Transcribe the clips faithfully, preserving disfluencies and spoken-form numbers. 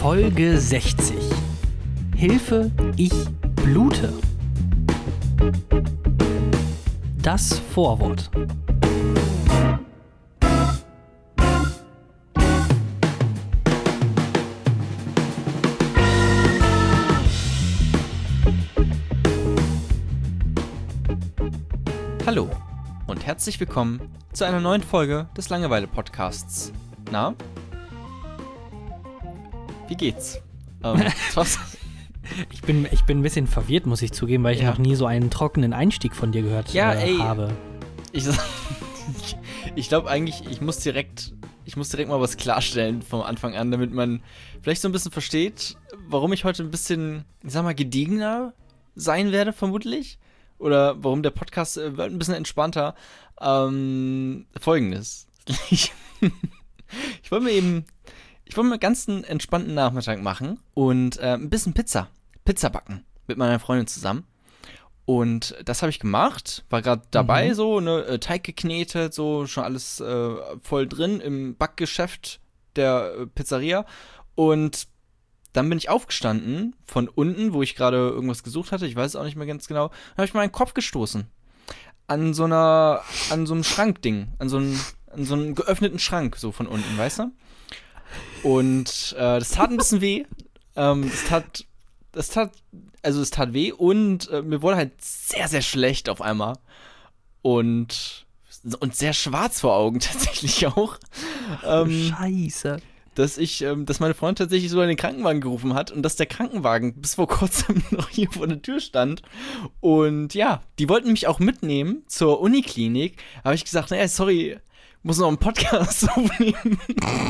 Folge sechzig. Hilfe, ich blute. Das Vorwort. Hallo und herzlich willkommen zu einer neuen Folge des Langeweile-Podcasts. Na? Wie geht's? Ähm, Thorsten? Ich bin, ich bin ein bisschen verwirrt, muss ich zugeben, weil ich Ja. noch nie so einen trockenen Einstieg von dir gehört Ja, äh, ey. habe. Ich, ich glaube eigentlich, ich muss direkt, ich muss direkt mal was klarstellen vom Anfang an, damit man vielleicht so ein bisschen versteht, warum ich heute ein bisschen, ich sag mal, gediegener sein werde, vermutlich. Oder warum der Podcast äh, wird ein bisschen entspannter. Ähm, Folgendes. Ich, ich wollte mir eben, ich wollte mir ganz einen entspannten Nachmittag machen und äh, ein bisschen Pizza, Pizza backen mit meiner Freundin zusammen. Und das habe ich gemacht, war gerade dabei, Mhm. so, ne, äh, Teig geknetet, so, schon alles äh, voll drin im Backgeschäft der äh, Pizzeria. Und dann bin ich aufgestanden von unten, wo ich gerade irgendwas gesucht hatte, ich weiß es auch nicht mehr ganz genau, dann habe ich meinen Kopf gestoßen. An so einer, an so einem Schrankding, an so einem, an so einem geöffneten Schrank, so von unten, weißt du? Und äh, das tat ein bisschen weh. Ähm, das tat, das tat, also es tat weh und äh, mir wurde halt sehr, sehr schlecht auf einmal. Und, und sehr schwarz vor Augen tatsächlich auch. Ähm, Scheiße. dass ich, ähm, dass meine Freundin tatsächlich so in den Krankenwagen gerufen hat und dass der Krankenwagen bis vor kurzem noch hier vor der Tür stand. Und ja, die wollten mich auch mitnehmen zur Uniklinik. Habe ich gesagt, naja, sorry, muss noch einen Podcast aufnehmen.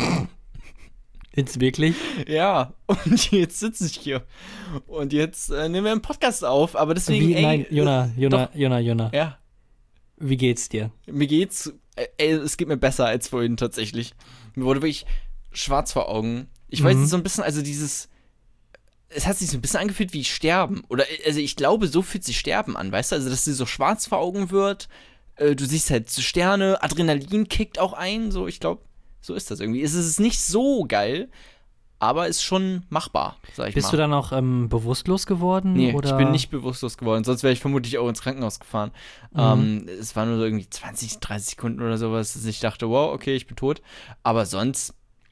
Jetzt wirklich? Ja, und jetzt sitze ich hier. Und jetzt äh, nehmen wir einen Podcast auf, aber deswegen, Wie, ey. nein, Jona, Jona, doch, Jona, Jona. Ja, Wie geht's dir? mir geht's, äh, ey, es geht mir besser als vorhin tatsächlich. Mir wurde wirklich schwarz vor Augen. Ich weiß Mhm. so ein bisschen, also dieses, es hat sich so ein bisschen angefühlt wie Sterben. Oder, also ich glaube, so fühlt sich Sterben an, weißt du? Also, dass dir so schwarz vor Augen wird, äh, du siehst halt so Sterne, Adrenalin kickt auch ein, so, ich glaube, so ist das irgendwie. Es ist nicht so geil, aber ist schon machbar, sag ich Bist mal. du dann auch ähm, bewusstlos geworden? Nee, oder? ich bin nicht bewusstlos geworden, sonst wäre ich vermutlich auch ins Krankenhaus gefahren. Mhm. Ähm, es waren nur so irgendwie zwanzig, dreißig Sekunden oder sowas, dass ich dachte, wow, okay, ich bin tot. Aber sonst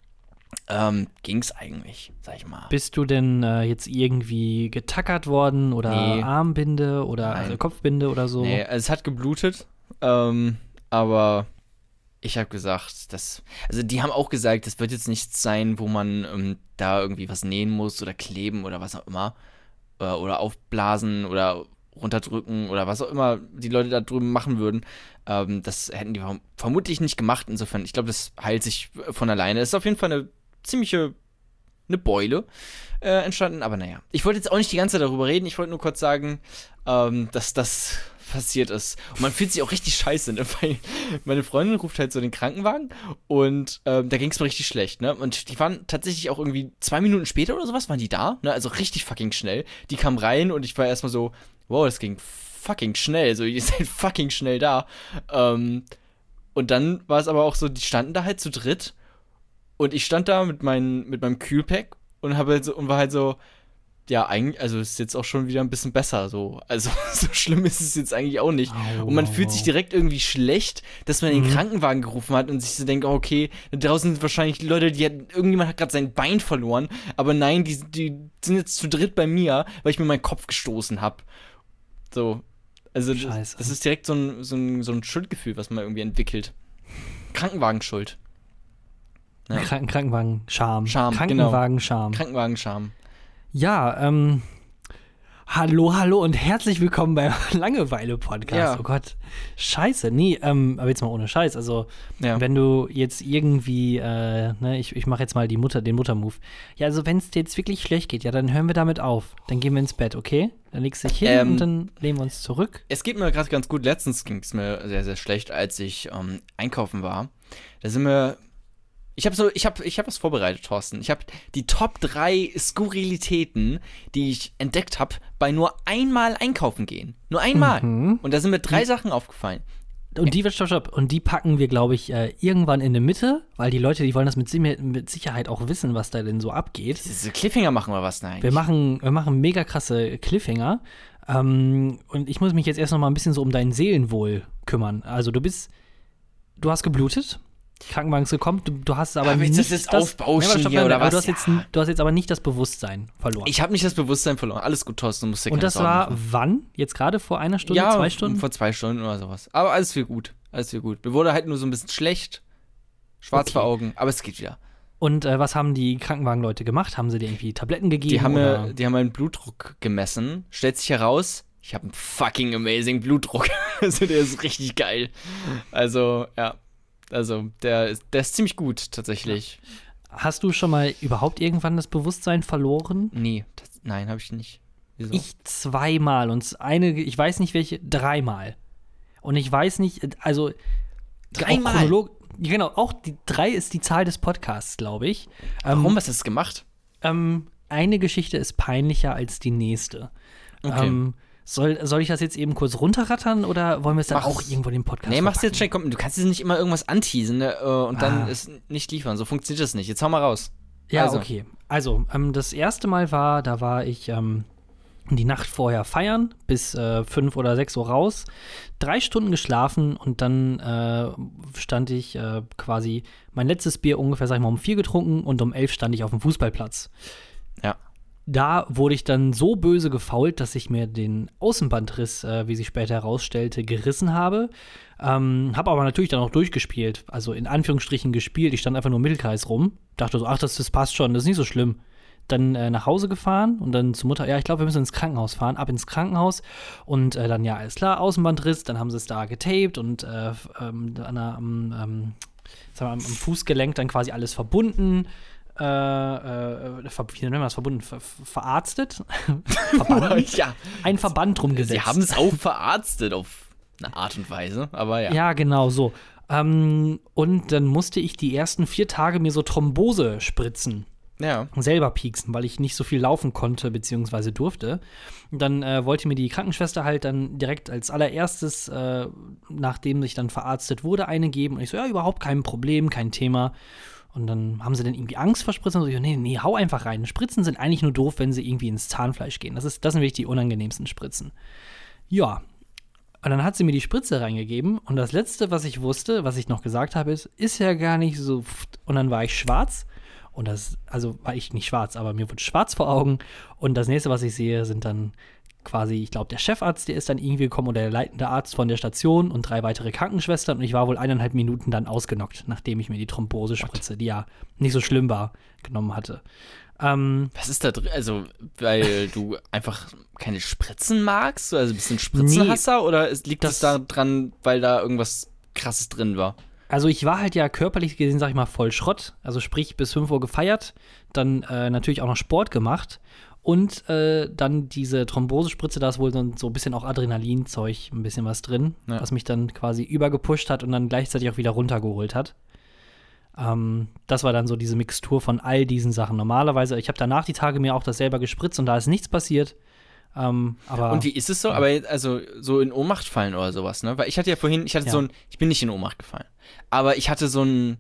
ähm, ging's eigentlich, sag ich mal. Bist du denn äh, jetzt irgendwie getackert worden oder Nee. Armbinde oder Nein. also Kopfbinde oder so? Nee, also es hat geblutet, ähm, aber ich habe gesagt, das, also die haben auch gesagt, das wird jetzt nichts sein, wo man ähm, da irgendwie was nähen muss oder kleben oder was auch immer. Äh, oder aufblasen oder runterdrücken oder was auch immer die Leute da drüben machen würden. Ähm, das hätten die verm- vermutlich nicht gemacht. Insofern, ich glaube, das heilt sich von alleine. Es ist auf jeden Fall eine ziemliche, eine Beule äh, entstanden. Aber naja, ich wollte jetzt auch nicht die ganze Zeit darüber reden. Ich wollte nur kurz sagen, ähm, dass das passiert ist. Und man fühlt sich auch richtig scheiße, ne? Weil meine Freundin ruft halt so den Krankenwagen und ähm, da ging es mir richtig schlecht, ne? Und die waren tatsächlich auch irgendwie zwei Minuten später oder sowas, waren die da, ne? Also richtig fucking schnell. Die kamen rein und ich war erstmal so, wow, das ging fucking schnell. So, ihr seid fucking schnell da. Ähm, und dann war es aber auch so, die standen da halt zu dritt und ich stand da mit, mein, mit meinem Kühlpack und, habe halt so, und war halt so, ja, eigentlich, also ist jetzt auch schon wieder ein bisschen besser so. Also so schlimm ist es jetzt eigentlich auch nicht. Au, Und man au, fühlt au. sich direkt irgendwie schlecht, dass man den Mhm. Krankenwagen gerufen hat und sich so denkt, oh, okay, da draußen sind wahrscheinlich die Leute, die hat, irgendjemand hat gerade sein Bein verloren. Aber nein, die, die sind jetzt zu dritt bei mir, weil ich mir meinen Kopf gestoßen habe. So. Also das, Scheiße. das ist direkt so ein, so, ein, so ein Schuldgefühl, was man irgendwie entwickelt. Krankenwagenschuld. Ja. Kranken Krankenwagen, Scham. Scham, Krankenwagen, Scham. Krankenwagenscham. Ja, ähm, hallo, hallo und herzlich willkommen beim Langeweile-Podcast. Ja. Oh Gott, scheiße. Nee, ähm, aber jetzt mal ohne Scheiß. Also, Ja. wenn du jetzt irgendwie, äh, ne, ich, ich mache jetzt mal die Mutter, den Mutter-Move. Ja, also wenn es dir jetzt wirklich schlecht geht, ja, dann hören wir damit auf. Dann gehen wir ins Bett, okay? Dann legst du dich hin Ähm, und dann lehnen wir uns zurück. Es geht mir gerade ganz gut. Letztens ging es mir sehr, sehr schlecht, als ich ähm, einkaufen war. Da sind wir. Ich habe so, ich habe, ich habe was vorbereitet, Thorsten. Ich habe die Top drei Skurrilitäten, die ich entdeckt habe, bei nur einmal einkaufen gehen. Nur einmal. Mhm. Und da sind mir drei Sachen aufgefallen. Und die, stopp, stopp, und die packen wir, glaube ich, äh, irgendwann in der Mitte, weil die Leute, die wollen das mit, mit Sicherheit auch wissen, was da denn so abgeht. Diese Cliffhanger machen wir was? Nein. Wir machen, wir machen mega krasse Cliffhanger. Ähm, und ich muss mich jetzt erst noch mal ein bisschen so um dein Seelenwohl kümmern. Also du bist, du hast geblutet, Krankenwagen ist gekommen, du, du hast aber aber nicht das ist aufbauschen ja, hier, oder was? Du hast, jetzt, du hast jetzt aber nicht das Bewusstsein verloren. Ich habe nicht das Bewusstsein verloren. Alles gut, Thorsten, du musst dir keine Und das Sorgen war machen. wann? Jetzt gerade vor einer Stunde, ja, zwei Stunden? vor zwei Stunden oder sowas. Aber alles viel gut, alles viel gut. Mir wurde halt nur so ein bisschen schlecht, schwarz Okay. vor Augen, aber es geht wieder. Und äh, was haben die Krankenwagenleute gemacht? Haben sie dir irgendwie Tabletten gegeben? Die haben, oder? mir, die haben meinen Blutdruck gemessen. Stellt sich heraus, ich habe einen fucking amazing Blutdruck. Also der ist richtig geil. Also, ja. Also, der ist, der ist ziemlich gut, tatsächlich. Hast du schon mal überhaupt irgendwann das Bewusstsein verloren? Nee, das, nein, habe ich nicht. Wieso? Ich zweimal und eine, ich weiß nicht welche, dreimal. Und ich weiß nicht, also Dreimal? Auch chronolog- genau, auch die drei ist die Zahl des Podcasts, glaube ich. Ähm, Warum? Was hast du gemacht? Ähm, eine Geschichte ist peinlicher als die nächste. Okay. Ähm, soll, soll ich das jetzt eben kurz runterrattern oder wollen wir es dann Mach's. auch irgendwo in den Podcast Nee, mach's jetzt verpacken? schnell. Komm, du kannst jetzt nicht immer irgendwas anteasen, ne, äh, und dann Ah. es nicht liefern. So funktioniert das nicht. Jetzt hau mal raus. Ja, Also. okay. Also, ähm, das erste Mal war, da war ich ähm, die Nacht vorher feiern, bis äh, fünf oder sechs Uhr raus, drei Stunden geschlafen und dann äh, stand ich äh, quasi mein letztes Bier ungefähr, sag ich mal, um vier getrunken und um elf stand ich auf dem Fußballplatz. Ja. Da wurde ich dann so böse gefoult, dass ich mir den Außenbandriss, äh, wie sich später herausstellte, gerissen habe. Ähm, habe aber natürlich dann auch durchgespielt, also in Anführungsstrichen gespielt. Ich stand einfach nur im Mittelkreis rum, dachte so, ach, das, das passt schon, das ist nicht so schlimm. Dann äh, nach Hause gefahren und dann zur Mutter, ja, ich glaube, wir müssen ins Krankenhaus fahren, ab ins Krankenhaus. Und äh, dann, ja, alles klar, Außenbandriss, dann haben sie es da getaped und äh, ähm, an der, am, ähm, sagen wir, am, am Fußgelenk dann quasi alles verbunden. Äh, äh, ver wie nennen wir das, verbunden, ver verarztet, Verbanden, Ja. ein Verband drum gesetzt. Sie haben es auch verarztet auf eine Art und Weise, aber ja. Ja, genau, so. Ähm, und dann musste ich die ersten vier Tage mir so Thrombose spritzen. Ja. Selber pieksen, weil ich nicht so viel laufen konnte beziehungsweise durfte. Und dann äh, wollte mir die Krankenschwester halt dann direkt als allererstes, äh, nachdem ich dann verarztet wurde, eine geben. Und ich so, ja, überhaupt kein Problem, kein Thema. Und dann haben sie dann irgendwie Angst vor Spritzen. Und so, nee, nee, hau einfach rein. Spritzen sind eigentlich nur doof, wenn sie irgendwie ins Zahnfleisch gehen. Das, ist, das sind wirklich die unangenehmsten Spritzen. Ja. Und dann hat sie mir die Spritze reingegeben. Und das Letzte, was ich wusste, was ich noch gesagt habe, ist, ist ja gar nicht so. Und dann war ich schwarz. Und das, also war ich nicht schwarz, aber mir wurde schwarz vor Augen. Und das nächste, was ich sehe, sind dann quasi, ich glaube, der Chefarzt, der ist dann irgendwie gekommen oder der leitende Arzt von der Station und drei weitere Krankenschwestern. Und ich war wohl eineinhalb Minuten dann ausgenockt, nachdem ich mir die Thrombosespritze, die ja nicht so schlimm war, genommen hatte. Ähm, Was ist da drin? Also, weil du einfach keine Spritzen magst? Also ein bisschen Spritzenhasser? Nee, oder liegt das das- daran, weil da irgendwas Krasses drin war? Also ich war halt ja körperlich gesehen, sag ich mal, voll Schrott. Also sprich, bis fünf Uhr gefeiert, dann äh, natürlich auch noch Sport gemacht und äh, dann diese Thrombosespritze, da ist wohl so, so ein bisschen auch Adrenalinzeug, ein bisschen was drin, Ja. was mich dann quasi übergepusht hat und dann gleichzeitig auch wieder runtergeholt hat. Ähm, das war dann so diese Mixtur von all diesen Sachen. Normalerweise, ich habe danach die Tage mir auch das selber gespritzt und da ist nichts passiert. Ähm, aber Und wie ist es so? Aber jetzt, also so in Ohnmacht fallen oder sowas, ne? Weil ich hatte ja vorhin, ich hatte Ja. so ein, ich bin nicht in Ohnmacht gefallen, aber ich hatte so ein,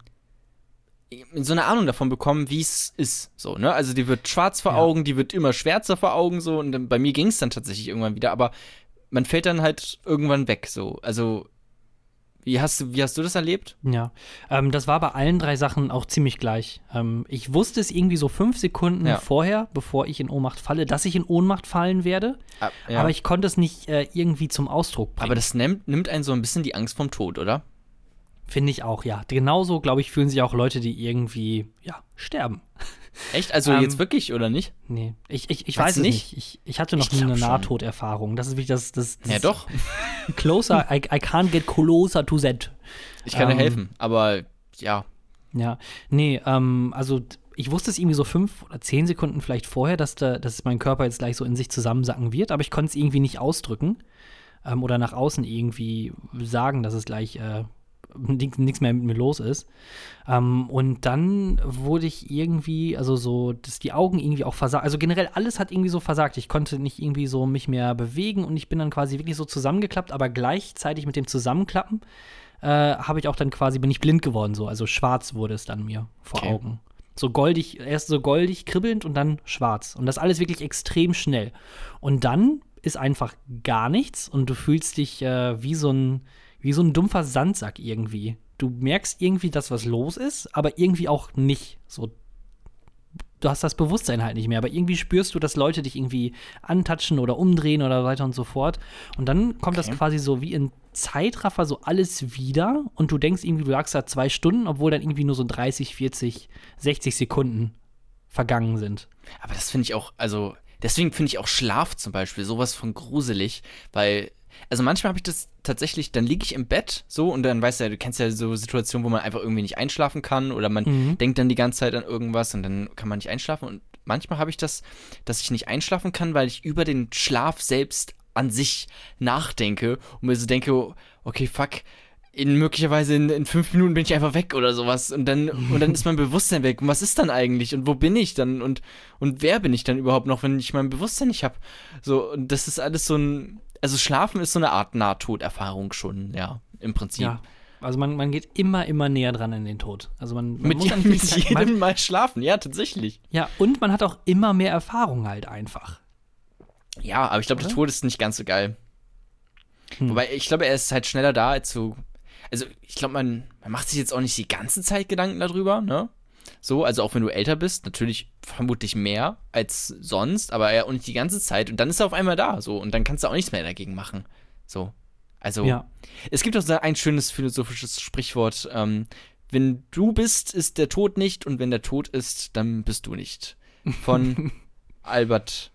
so eine Ahnung davon bekommen, wie es ist, so, ne? Also die wird schwarz vor Ja. Augen, die wird immer schwärzer vor Augen, so, und dann, bei mir ging es dann tatsächlich irgendwann wieder, aber man fällt dann halt irgendwann weg, so. Also, wie hast du, wie hast du das erlebt? Ja, ähm, das war bei allen drei Sachen auch ziemlich gleich. Ähm, ich wusste es irgendwie so fünf Sekunden Ja. vorher, bevor ich in Ohnmacht falle, dass ich in Ohnmacht fallen werde, Ah, ja. aber ich konnte es nicht äh, irgendwie zum Ausdruck bringen. Aber das nimmt, nimmt einen so ein bisschen die Angst vom Tod, oder? Finde ich auch, ja. Genauso, glaube ich, fühlen sich auch Leute, die irgendwie, ja, sterben. Echt? Also Ähm, jetzt wirklich, oder nicht? Nee, ich, ich, ich Weißt weiß du es nicht? nicht. Ich, ich hatte noch Ich nie glaub eine schon. Nahtoderfahrung. Das ist wirklich das, das, das Ja, doch. Closer, I, I can't get closer to that. Ich kann dir Ähm, helfen, aber ja. Ja, nee, ähm, also d- ich wusste es irgendwie so fünf oder zehn Sekunden vielleicht vorher, dass, da, dass mein Körper jetzt gleich so in sich zusammensacken wird, aber ich konnte es irgendwie nicht ausdrücken ähm, oder nach außen irgendwie sagen, dass es gleich äh, nichts mehr mit mir los ist. Ähm, und dann wurde ich irgendwie, also so, dass die Augen irgendwie auch versagt, also generell alles hat irgendwie so versagt. Ich konnte nicht irgendwie so mich mehr bewegen und ich bin dann quasi wirklich so zusammengeklappt, aber gleichzeitig mit dem Zusammenklappen äh, habe ich auch dann quasi, bin ich blind geworden so, also schwarz wurde es dann mir vor Okay. Augen. So goldig, erst so goldig kribbelnd und dann schwarz. Und das alles wirklich extrem schnell. Und dann ist einfach gar nichts und du fühlst dich äh, wie so ein, wie so ein dumpfer Sandsack irgendwie. Du merkst irgendwie, dass was los ist, aber irgendwie auch nicht. So, du hast das Bewusstsein halt nicht mehr, aber irgendwie spürst du, dass Leute dich irgendwie antatschen oder umdrehen oder weiter und so fort. Und dann kommt Okay. das quasi so wie in Zeitraffer so alles wieder und du denkst irgendwie, du lagst da zwei Stunden, obwohl dann irgendwie nur so dreißig, vierzig, sechzig Sekunden vergangen sind. Aber das finde ich auch, also deswegen finde ich auch Schlaf zum Beispiel sowas von gruselig, weil, also manchmal habe ich das tatsächlich, dann liege ich im Bett so und dann weißt du ja, du kennst ja so Situationen, wo man einfach irgendwie nicht einschlafen kann oder man Mhm. denkt dann die ganze Zeit an irgendwas und dann kann man nicht einschlafen und manchmal habe ich das, dass ich nicht einschlafen kann, weil ich über den Schlaf selbst an sich nachdenke und mir so denke, okay, fuck, in möglicherweise in, in fünf Minuten bin ich einfach weg oder sowas und dann und dann ist mein Bewusstsein weg und was ist dann eigentlich und wo bin ich dann und und wer bin ich dann überhaupt noch, wenn ich mein Bewusstsein nicht habe? So, und das ist alles so ein, also Schlafen ist so eine Art Nahtoderfahrung schon, ja, im Prinzip. Ja. Also man, man geht immer, immer näher dran in den Tod. Also man, man Mit, muss je- eigentlich mit wirklich- jedem man, Mal schlafen, ja, tatsächlich. ja, und man hat auch immer mehr Erfahrung halt einfach. Ja, aber ich glaube, der Oder? Tod ist nicht ganz so geil. Hm. Wobei, ich glaube, er ist halt schneller da als so. Also, ich glaube, man, man macht sich jetzt auch nicht die ganze Zeit Gedanken darüber, ne? So, also auch wenn du älter bist, natürlich vermutlich mehr als sonst, aber ja auch nicht die ganze Zeit. Und dann ist er auf einmal da, so. Und dann kannst du auch nichts mehr dagegen machen. So. Also, Ja. es gibt auch so ein schönes philosophisches Sprichwort: ähm, Wenn du bist, ist der Tod nicht, und wenn der Tod ist, dann bist du nicht. Von Albert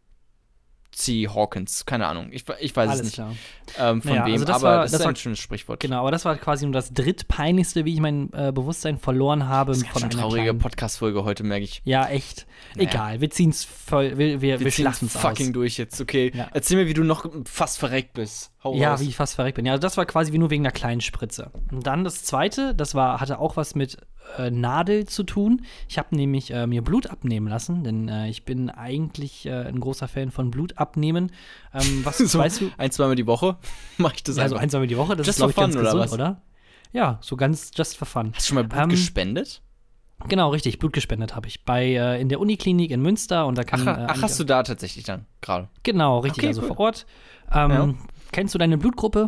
C. Hawkins, keine Ahnung, ich, ich weiß Alles es nicht, klar. ähm, von Naja, wem, also das aber war- das, das ist war- ein schönes Sprichwort. Genau, aber das war quasi nur das drittpeinlichste, wie ich mein äh, Bewusstsein verloren habe. Das ist von ganz schön einer traurige kleinen- Podcast-Folge heute, merke ich. Ja, echt. Naja. Egal, wir ziehen's voll, wir, wir, wir, Wir ziehen schlachten's fucking aus. durch jetzt, okay. Ja. Erzähl mir, wie du noch fast verreckt bist. Hau Ja, raus. wie ich fast verreckt bin. Ja, also das war quasi wie nur wegen einer kleinen Spritze. Und dann das zweite, das war, hatte auch was mit äh, Nadel zu tun. Ich habe nämlich äh, mir Blut abnehmen lassen, denn äh, ich bin eigentlich äh, ein großer Fan von Blut abnehmen. Ähm, was So, weißt du? ein, zweimal die Woche mache ich das Ja, so einfach. ein, zweimal die Woche, das Just ist, glaube ich, for ganz fun, oder gesund, was? oder? Ja, so ganz just for fun. Hast du schon mal Blut Ähm, gespendet? Genau, richtig, Blut gespendet habe ich. Bei, äh, in der Uniklinik in Münster und da kann Ach, äh, ach, hast du da tatsächlich dann gerade? Genau, richtig, Okay, also cool. vor Ort. Ähm, Ja. Kennst du deine Blutgruppe?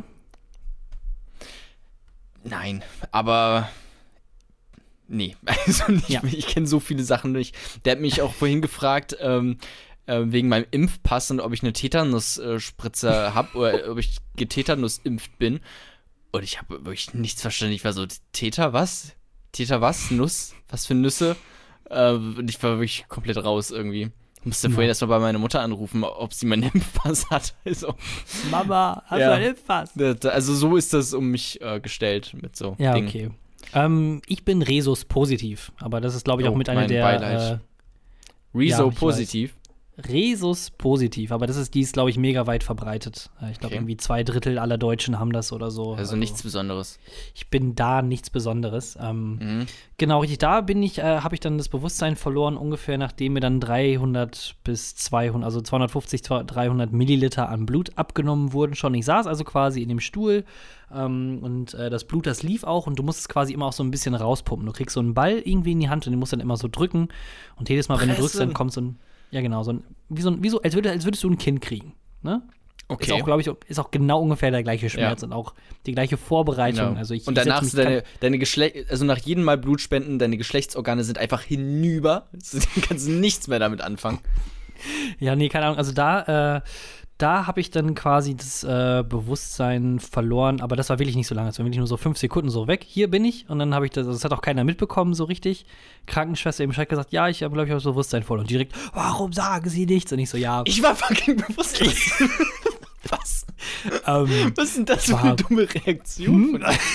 Nein, aber nee, also nicht. Ja. Ich kenne so viele Sachen nicht. Der hat mich auch vorhin gefragt, ähm, äh, wegen meinem Impfpass und ob ich eine Tetanus-Spritze habe oder ob ich getetanusimpft bin. Und ich habe wirklich nichts verstanden. Ich war so, Teta, was? Teta, was? Nuss? Was für Nüsse? Äh, und ich war wirklich komplett raus irgendwie. Ich musste Ja. vorhin erstmal bei meiner Mutter anrufen, ob sie meinen Impfpass hat. Also, Mama, hast Ja. du einen Impfpass? das- also so ist das um mich äh, gestellt mit so Ja, Dingen. okay. Ähm, ich bin Resus-positiv, aber das ist, glaube ich, auch Oh, mit einer mein der Beileid. äh, Rezo Ja, ich positiv. Resus-positiv, aber das ist, die ist, glaube ich, mega weit verbreitet. Äh, Ich glaube, Okay. irgendwie zwei Drittel aller Deutschen haben das oder so. Also nichts Besonderes. Ich bin da nichts Besonderes. Ähm, Mhm. Genau, richtig. Da bin ich, äh, habe ich dann das Bewusstsein verloren, ungefähr nachdem mir dann dreihundert bis zweihundert, also zweihundertfünfzig, dreihundert Milliliter an Blut abgenommen wurden schon. Ich saß also quasi in dem Stuhl ähm, und äh, das Blut, das lief auch und du musst es quasi immer auch so ein bisschen rauspumpen. Du kriegst so einen Ball irgendwie in die Hand und den musst du dann immer so drücken und jedes Mal, wenn du drückst, dann Pressen. kommt so ein, ja genau, so ein, wie so ein, wie so, als, würde, als würdest du ein Kind kriegen, ne? Ist auch, glaube ich, ist auch genau ungefähr der gleiche Schmerz Ja. und auch die gleiche Vorbereitung. Genau. Also ich, und ich danach setz sind mich deine, deine Geschlecht, also nach jedem Mal Blutspenden, deine Geschlechtsorgane sind einfach hinüber. Du kannst nichts mehr damit anfangen. Ja, nee, keine Ahnung. Also da, äh, da habe ich dann quasi das äh, Bewusstsein verloren, aber das war wirklich nicht so lange. Es war wirklich nur so fünf Sekunden so weg. Hier bin ich und dann habe ich das, das hat auch keiner mitbekommen so richtig. Krankenschwester im Bescheid gesagt, ja, ich habe, glaube ich, auch das Bewusstsein verloren. Und direkt, warum sagen Sie nichts? Und ich so, ja, Ich war fucking bewusstlos. Was? ähm, Was ist denn das für War- eine dumme Reaktion? von dir?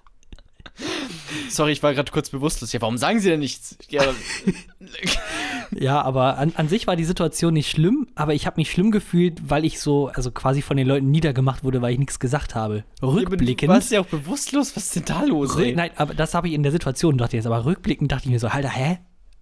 Sorry, ich war gerade kurz bewusstlos. Ja, warum sagen Sie denn nichts? Ja, Ja, aber an, an sich war die Situation nicht schlimm, aber ich habe mich schlimm gefühlt, weil ich so, also quasi von den Leuten niedergemacht wurde, weil ich nichts gesagt habe. Rückblickend. Ja, du warst ja auch bewusstlos, was ist denn da los? Rück, nein, aber das habe ich in der Situation, dachte ich jetzt, aber rückblickend dachte ich mir so, Alter, hä?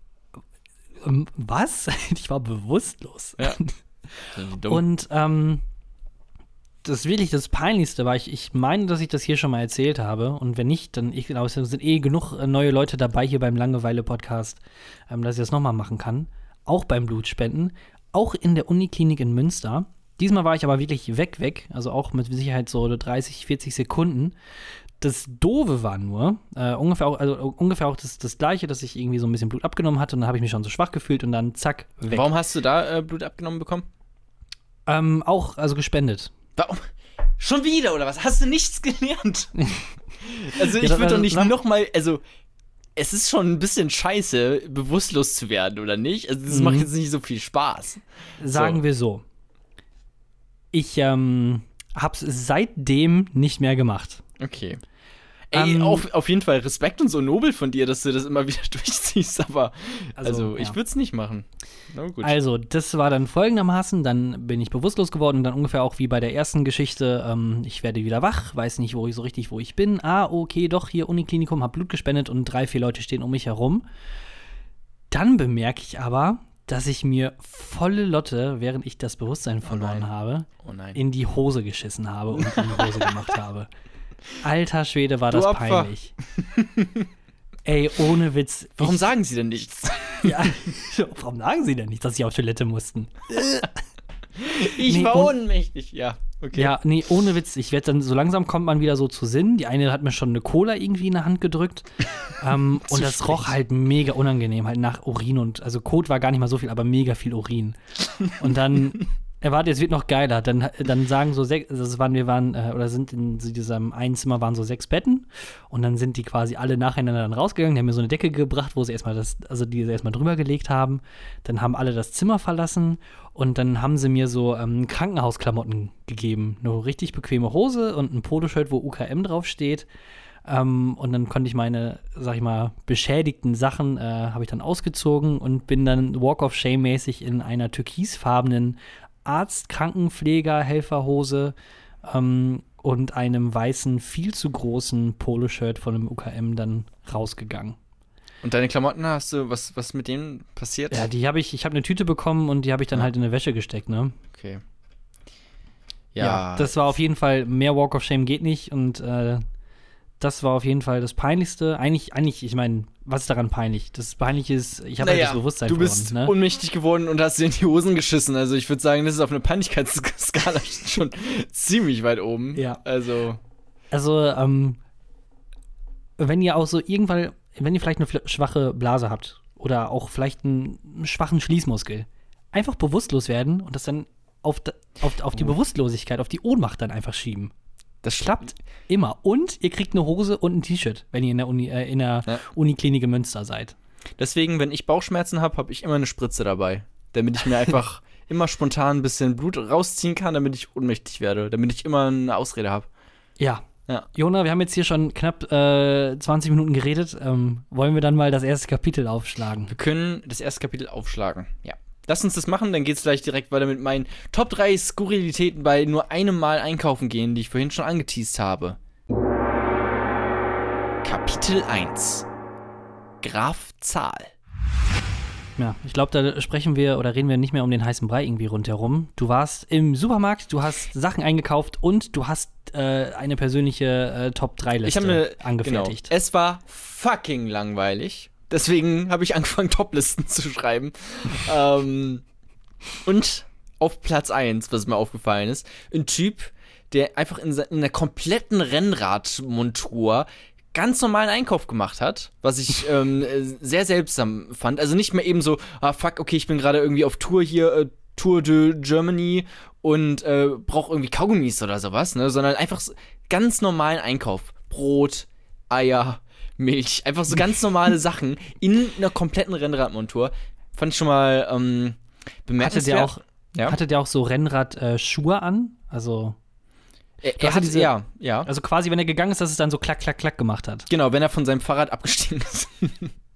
Ähm, Was? Ich war bewusstlos. Ja. Dumm. Und ähm, das wirklich das Peinlichste war, ich, ich meine, dass ich das hier schon mal erzählt habe. Und wenn nicht, dann, ich glaube, es sind eh genug äh, neue Leute dabei hier beim Langeweile-Podcast, ähm, dass ich das nochmal machen kann. Auch beim Blutspenden. Auch in der Uniklinik in Münster. Diesmal war ich aber wirklich weg, weg. Also auch mit Sicherheit so dreißig, vierzig Sekunden. Das Doofe war nur, äh, ungefähr auch, also ungefähr auch das, das Gleiche, dass ich irgendwie so ein bisschen Blut abgenommen hatte. Und dann habe ich mich schon so schwach gefühlt und dann zack, weg. Warum hast du da äh, Blut abgenommen bekommen? Ähm, auch, also gespendet. Warum? Schon wieder, oder was? Hast du nichts gelernt? Also ich Ja, würde doch nicht na- nochmal, also es ist schon ein bisschen scheiße, bewusstlos zu werden, oder nicht? Also das Mhm. macht jetzt nicht so viel Spaß. Sagen So. wir so. Ich ähm, hab's seitdem nicht mehr gemacht. Okay. Ey, Ähm, auf, auf jeden Fall Respekt und so nobel von dir, dass du das immer wieder durchziehst, aber also, Also, ich ja. würde es nicht machen. Na gut. Also, das war dann folgendermaßen, dann bin ich bewusstlos geworden und dann ungefähr auch wie bei der ersten Geschichte, ähm, ich werde wieder wach, weiß nicht, wo ich so richtig, wo ich bin. Ah, okay, doch, hier Uniklinikum, hab Blut gespendet und drei, vier Leute stehen um mich herum. Dann bemerke ich aber, dass ich mir volle Lotte, während ich das Bewusstsein verloren nein. habe, oh nein. in die Hose geschissen habe und in die Hose gemacht habe. Alter Schwede, war Du das Opfer. peinlich. Ey, ohne Witz. Warum ich, sagen sie denn nichts? Ja, warum sagen sie denn nicht, dass sie auf Toilette mussten? Ich Nee, war und- ohnmächtig. Ja, okay. Ja, nee, ohne Witz. Ich werde dann, so langsam kommt man wieder so zu Sinn. Die eine hat mir schon eine Cola irgendwie in der Hand gedrückt. ähm, Zu und das frech. roch halt mega unangenehm, halt nach Urin und, also Kot war gar nicht mal so viel, aber mega viel Urin. Und dann, erwartet, es wird noch geiler. Dann, dann sagen so sechs, also es waren, wir waren, äh, oder sind in so diesem einen Zimmer waren so sechs Betten und dann sind die quasi alle nacheinander dann rausgegangen. Die haben mir so eine Decke gebracht, wo sie erstmal das, also die sie erstmal drüber gelegt haben. Dann haben alle das Zimmer verlassen und dann haben sie mir so ähm, Krankenhausklamotten gegeben. Eine richtig bequeme Hose und ein Poloshirt, wo U K M draufsteht. Ähm, und dann konnte ich meine, sag ich mal, beschädigten Sachen, äh, habe ich dann ausgezogen und bin dann Walk of Shame-mäßig in einer türkisfarbenen Arzt-, Krankenpfleger-, Helferhose ähm, und einem weißen, viel zu großen Poloshirt von dem U K M dann rausgegangen. Und deine Klamotten, hast du, was, was mit denen passiert? Ja, die habe ich, ich habe eine Tüte bekommen und die habe ich dann Ja. halt in eine Wäsche gesteckt, ne? Okay. Ja, das war auf jeden Fall, mehr Walk of Shame geht nicht und äh, das war auf jeden Fall das Peinlichste. Eigentlich, eigentlich, ich meine, was ist daran peinlich? Das Peinliche ist, ich habe halt naja, das Bewusstsein du bist verloren, ne? ohnmächtig geworden und hast dir in die Hosen geschissen. Also ich würde sagen, das ist auf einer Peinlichkeitsskala schon ziemlich weit oben. Ja. Also, Also, ähm, wenn ihr auch so irgendwann, wenn ihr vielleicht eine fl- schwache Blase habt oder auch vielleicht einen schwachen Schließmuskel, einfach bewusstlos werden und das dann auf, d- auf, auf die Oh. Bewusstlosigkeit, auf die Ohnmacht dann einfach schieben. das Klappt immer. Und ihr kriegt eine Hose und ein T-Shirt, wenn ihr in der, Uni, äh, in der Ja. Uniklinik in Münster seid. Deswegen, wenn ich Bauchschmerzen habe, habe ich immer eine Spritze dabei. Damit ich mir einfach immer spontan ein bisschen Blut rausziehen kann, damit ich ohnmächtig werde. Damit ich immer eine Ausrede habe. Ja. Ja. Jona, wir haben jetzt hier schon knapp äh, zwanzig Minuten geredet. Ähm, wollen wir dann mal das erste Kapitel aufschlagen? Wir können das erste Kapitel aufschlagen. Ja. Lass uns das machen, dann geht's gleich direkt weiter mit meinen Top drei Skurrilitäten bei nur einem Mal einkaufen gehen, die ich vorhin schon angeteased habe. Kapitel eins. Graf Zahl. Ja, ich glaube, da sprechen wir oder reden wir nicht mehr um den heißen Brei irgendwie rundherum. Du warst im Supermarkt, du hast Sachen eingekauft und du hast äh, eine persönliche äh, Top drei Liste Ich habe mir angefertigt. Genau, es war fucking langweilig. Deswegen habe ich angefangen, Toplisten zu schreiben. ähm, und auf Platz eins, was mir aufgefallen ist, ein Typ, der einfach in, se- in einer kompletten Rennradmontur ganz normalen Einkauf gemacht hat, was ich ähm, äh, sehr seltsam fand. Also nicht mehr eben so, ah fuck, okay, ich bin gerade irgendwie auf Tour hier, äh, Tour de Germany und äh, brauche irgendwie Kaugummis oder sowas, ne? Sondern einfach so ganz normalen Einkauf. Brot, Eier, Milch, einfach so ganz normale Sachen in einer kompletten Rennradmontur. Fand ich schon mal ähm, hatte, bemerkenswert. der auch, ja? hatte der auch so Rennrad-Schuhe an? Also, er, du er hast hat diese- ja, ja. also quasi, wenn er gegangen ist, dass es dann so klack, klack, klack gemacht hat. Genau, wenn er von seinem Fahrrad abgestiegen ist.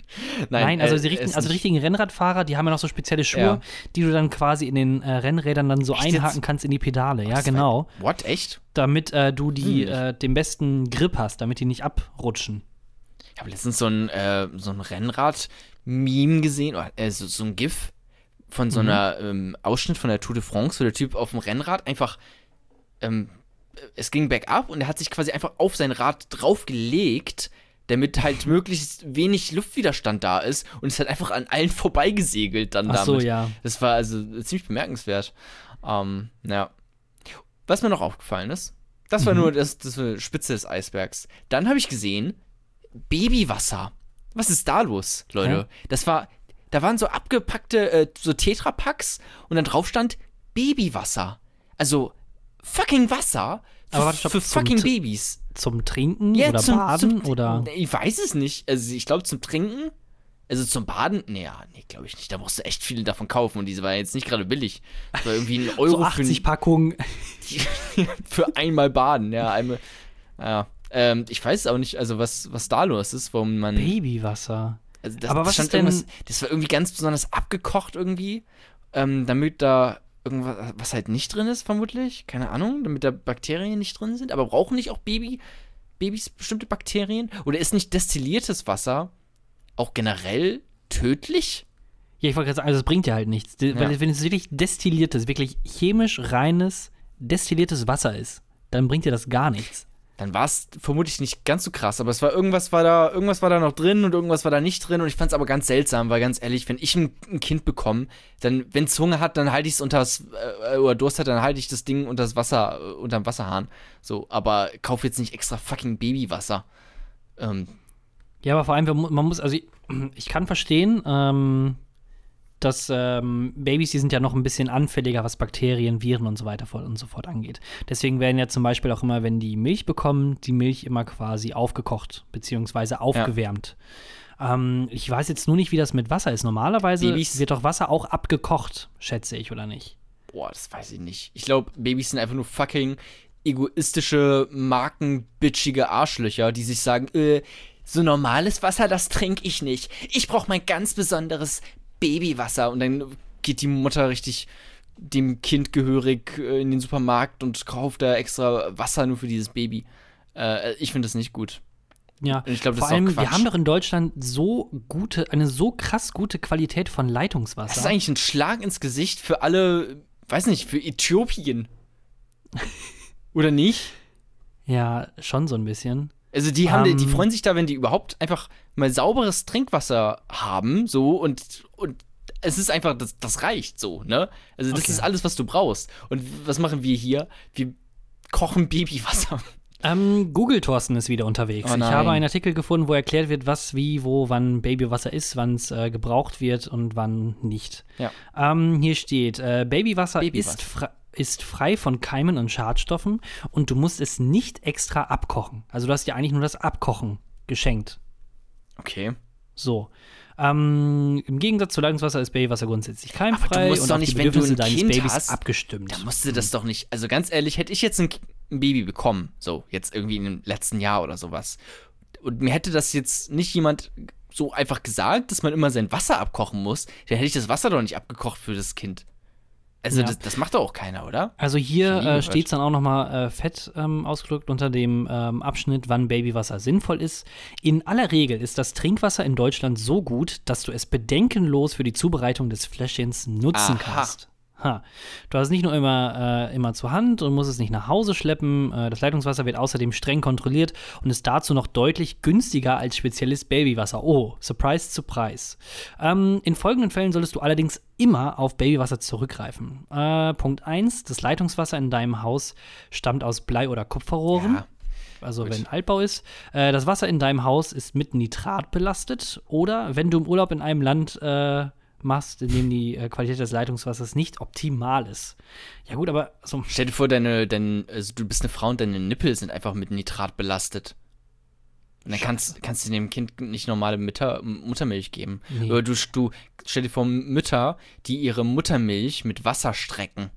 Nein, Nein, also, äh, die richtigen, ist also die nicht- richtigen Rennradfahrer, die haben ja noch so spezielle Schuhe, Ja. die du dann quasi in den äh, Rennrädern dann so Echt einhaken jetzt? kannst in die Pedale. Ja, Das genau. war- What? Echt? Damit äh, du die, Hm. äh, den besten Grip hast, damit die nicht abrutschen. Ich habe letztens so ein, äh, so ein Rennrad-Meme gesehen, oder, äh, so, so ein GIF von so Mhm. einer ähm, Ausschnitt von der Tour de France, wo der Typ auf dem Rennrad einfach, ähm, es ging bergab und er hat sich quasi einfach auf sein Rad draufgelegt, damit halt möglichst wenig Luftwiderstand da ist und ist halt einfach an allen vorbeigesegelt dann Ach so, damit. ja. Das war also ziemlich bemerkenswert. Ähm, ja. Was mir noch aufgefallen ist, das war Mhm. nur das, das war die Spitze des Eisbergs. Dann habe ich gesehen, Babywasser. Was ist da los, Leute? Hä? Das war, da waren so abgepackte, äh, so Tetrapacks und dann drauf stand Babywasser. Also fucking Wasser für, Aber warte, stopp, für zum fucking Tr- Babys. Zum Trinken Ja, oder zum- Baden zum- oder. Ich weiß es nicht. Also ich glaube zum Trinken. Also zum Baden, nee, ja, nee, glaube ich nicht. Da musst du echt viele davon kaufen und diese war jetzt nicht gerade billig. Das war irgendwie ein Euro So achtzig für, Packungen. für einmal Baden. Ja, einmal. Ja. Ähm, ich weiß auch nicht, also was, was da los ist, warum man. Babywasser. Also das, Aber das was stand ist denn- irgendwas- Das war irgendwie ganz besonders abgekocht irgendwie, ähm, damit da irgendwas, was halt nicht drin ist, vermutlich. Keine Ahnung, damit da Bakterien nicht drin sind. Aber brauchen nicht auch Baby, Babys bestimmte Bakterien? Oder ist nicht destilliertes Wasser auch generell tödlich? Ja, ich wollte gerade sagen, also es bringt ja halt nichts. De- Ja. Weil wenn es wirklich destilliertes, wirklich chemisch reines, destilliertes Wasser ist, dann bringt dir das gar nichts. Dann war es vermutlich nicht ganz so krass, aber es war irgendwas war da, irgendwas war da noch drin und irgendwas war da nicht drin und ich fand es aber ganz seltsam, weil ganz ehrlich, wenn ich ein, ein Kind bekomme, dann, wenn es Hunger hat, dann halte ich es unters, äh, oder Durst hat, dann halte ich das Ding unters Wasser, äh, unterm Wasserhahn. So, aber kauf jetzt nicht extra fucking Babywasser. Ähm, Ja, aber vor allem, man man muss, also ich, ich kann verstehen, ähm, dass ähm, Babys, die sind ja noch ein bisschen anfälliger, was Bakterien, Viren und so weiter fort und so fort angeht. Deswegen werden ja zum Beispiel auch immer, wenn die Milch bekommen, die Milch immer quasi aufgekocht beziehungsweise aufgewärmt. Ähm, ich weiß jetzt nur nicht, wie das mit Wasser ist. Normalerweise Babys- wird doch Wasser auch abgekocht, schätze ich, oder nicht? boah, das weiß ich nicht. Ich glaube, Babys sind einfach nur fucking egoistische, markenbitchige Arschlöcher, die sich sagen, äh, so normales Wasser, das trinke ich nicht. Ich brauche mein ganz besonderes Babywasser. Und dann geht die Mutter richtig dem Kind gehörig äh, in den Supermarkt und kauft da extra Wasser nur für dieses Baby. Äh, ich finde das nicht gut. Ja, Und ich glaub, das vor ist auch allem, wir Quatsch. haben doch in Deutschland so gute, eine so krass gute Qualität von Das Leitungswasser. ist eigentlich ein Schlag ins Gesicht für alle, weiß nicht, für Äthiopien. Oder nicht? Ja, schon so ein bisschen. Also die haben, Ähm. die freuen sich da, wenn die überhaupt einfach mal sauberes Trinkwasser haben, so und, und es ist einfach, das, das reicht so, ne? Also das Okay. ist alles, was du brauchst. Und was machen wir hier? Wir kochen Babywasser. Ähm, Google Thorsten ist wieder unterwegs. Oh ich nein. habe einen Artikel gefunden, wo erklärt wird, was, wie, wo, wann Babywasser ist, wann es äh, gebraucht wird und wann nicht. Ja. Ähm, hier steht, äh, Babywasser, Babywasser. Ist, fre ist frei von Keimen und Schadstoffen und du musst es nicht extra abkochen. Also du hast dir eigentlich nur das Abkochen geschenkt. Okay. So. Ähm, im Gegensatz zu Leitungswasser ist Babywasser grundsätzlich Aber keimfrei du musst und doch auf nicht, die wenn du Bedürfnisse ein deines Kind Babys hast, abgestimmt. Da musste das doch nicht, also ganz ehrlich, hätte ich jetzt ein, K- ein Baby bekommen, so, jetzt irgendwie in dem letzten Jahr oder sowas, und mir hätte das jetzt nicht jemand so einfach gesagt, dass man immer sein Wasser abkochen muss, dann hätte ich das Wasser doch nicht abgekocht für das Kind. Also Ja. das, das macht doch auch keiner, oder? Also hier Schon nie äh, gehört. steht es dann auch nochmal äh, fett ähm, ausgedrückt unter dem ähm, Abschnitt, wann Babywasser sinnvoll ist. In aller Regel ist das Trinkwasser in Deutschland so gut, dass du es bedenkenlos für die Zubereitung des Fläschchens nutzen Aha. kannst. Ha. Du hast es nicht nur immer, äh, immer zur Hand und musst es nicht nach Hause schleppen. Äh, das Leitungswasser wird außerdem streng kontrolliert und ist dazu noch deutlich günstiger als spezielles Babywasser. Oh, Surprise, Surprise. Ähm, in folgenden Fällen solltest du allerdings immer auf Babywasser zurückgreifen. Äh, Punkt eins, das Leitungswasser in deinem Haus stammt aus Blei- oder Kupferrohren. Ja. Also Gut. wenn Altbau ist. Äh, das Wasser in deinem Haus ist mit Nitrat belastet. Oder wenn du im Urlaub in einem Land äh, machst, in dem die äh, Qualität des Leitungswassers nicht optimal ist. Ja gut, aber so, Stell dir vor, deine, dein, also du bist eine Frau und deine Nippel sind einfach mit Nitrat belastet. Und dann kannst, kannst du dem Kind nicht normale Mütter, Muttermilch geben. Nee. Oder du, du stell dir vor, Mütter, die ihre Muttermilch mit Wasser strecken.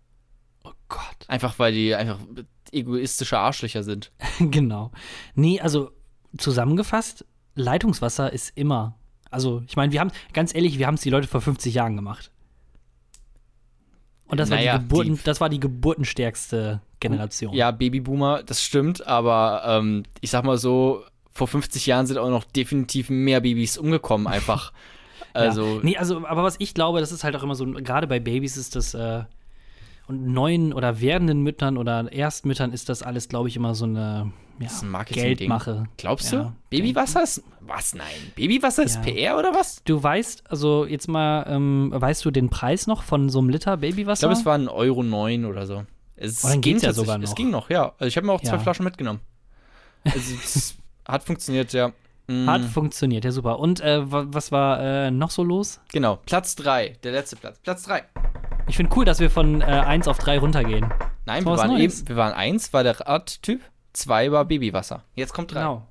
oh Gott. Einfach weil die einfach egoistische Arschlöcher sind. Genau. Nee, also zusammengefasst, Leitungswasser ist immer, Also, ich meine, wir haben, ganz ehrlich, wir haben es die Leute vor fünfzig Jahren gemacht. Und das, naja, war die Geburten, die, das war die geburtenstärkste Generation. Ja, Babyboomer, das stimmt, aber ähm, ich sag mal so, vor fünfzig Jahren sind auch noch definitiv mehr Babys umgekommen, einfach. Also. Ja. Nee, also, aber was ich glaube, das ist halt auch immer so, gerade bei Babys ist das, äh, und neuen oder werdenden Müttern oder Erstmüttern ist das alles, glaube ich, immer so eine ja, das ist ein Marketing-Ding. Geldmache. Glaubst ja. du? Babywasser ist. Was? Nein. Babywasser ist ja. P R oder was? Du weißt, also jetzt mal, ähm, weißt du den Preis noch von so einem Liter Babywasser? Ich glaube, es waren Euro neun oder so. Es oh, dann geht's ja sogar noch. Es ging noch, ja. Also ich habe mir auch zwei ja. Flaschen mitgenommen. Also es hat funktioniert, ja. Mm. Hat funktioniert, ja super. Und äh, was war äh, noch so los? Genau, Platz drei, der letzte Platz. Platz drei. Ich finde cool, dass wir von äh, eins auf drei runtergehen. Nein, wir waren, eben, wir waren eins, war der Radtyp, zwei war Babywasser. Jetzt kommt drei. Genau.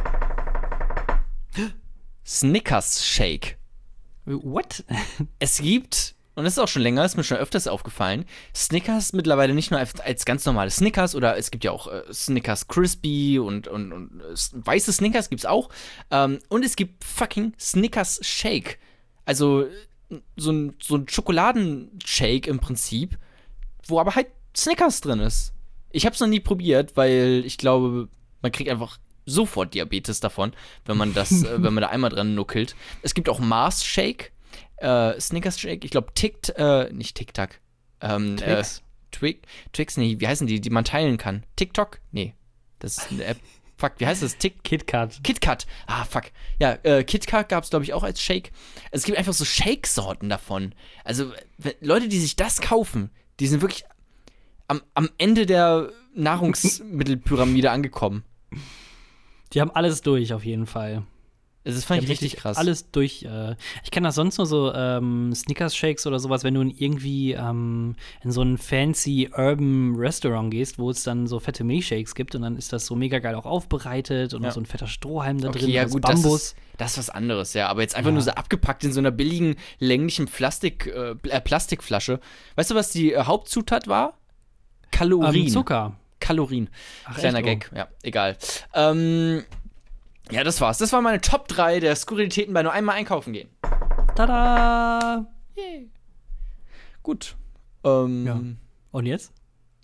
Snickers Shake. What? Es gibt, und das ist auch schon länger, ist mir schon öfters aufgefallen, Snickers mittlerweile nicht nur als, als ganz normale Snickers oder es gibt ja auch äh, Snickers Crispy und, und, und äh, weiße Snickers gibt's auch. Ähm, und es gibt fucking Snickers Shake. Also so ein, so ein Schokoladenshake im Prinzip, wo aber halt Snickers drin ist. Ich hab's noch nie probiert, weil ich glaube, man kriegt einfach sofort Diabetes davon, wenn man das, äh, wenn man da einmal dran nuckelt. Es gibt auch Mars Shake, äh, Snickers Shake, ich glaube Tic, äh, nicht Tic-Tac. Ähm, Twix? Äh, Twix? Twix, nee, wie heißen die, die man teilen kann? TikTok? Nee, das ist eine App. Fuck, wie heißt das? Tick? KitKat. KitKat. Ah, fuck. Ja, äh, KitKat gab es, glaube ich, auch als Shake. Es gibt einfach so Shake-Sorten davon. Also, wenn, Leute, die sich das kaufen, die sind wirklich am, am Ende der Nahrungsmittelpyramide angekommen. Die haben alles durch, auf jeden Fall. Das fand ich richtig krass. Alles durch. Äh, ich kenne das sonst nur so ähm, Snickers-Shakes oder sowas, wenn du in irgendwie ähm, in so ein fancy Urban Restaurant gehst, wo es dann so fette Milchshakes gibt und dann ist das so mega geil auch aufbereitet und ja. so ein fetter Strohhalm da okay, drin ja, aus gut, Bambus. Das ist, das ist was anderes, ja. Aber jetzt einfach ja. nur so abgepackt in so einer billigen, länglichen Plastik, äh, Plastikflasche. Weißt du, was die äh, Hauptzutat war? Kalorien. Ähm, Zucker. Kalorien. Ach, Kleiner echt? Gag, ja, egal. Ähm, ja, das war's. Das waren meine Top drei der Skurrilitäten bei nur einmal einkaufen gehen. Tada! Yay. Gut. Ähm, ja. Und jetzt?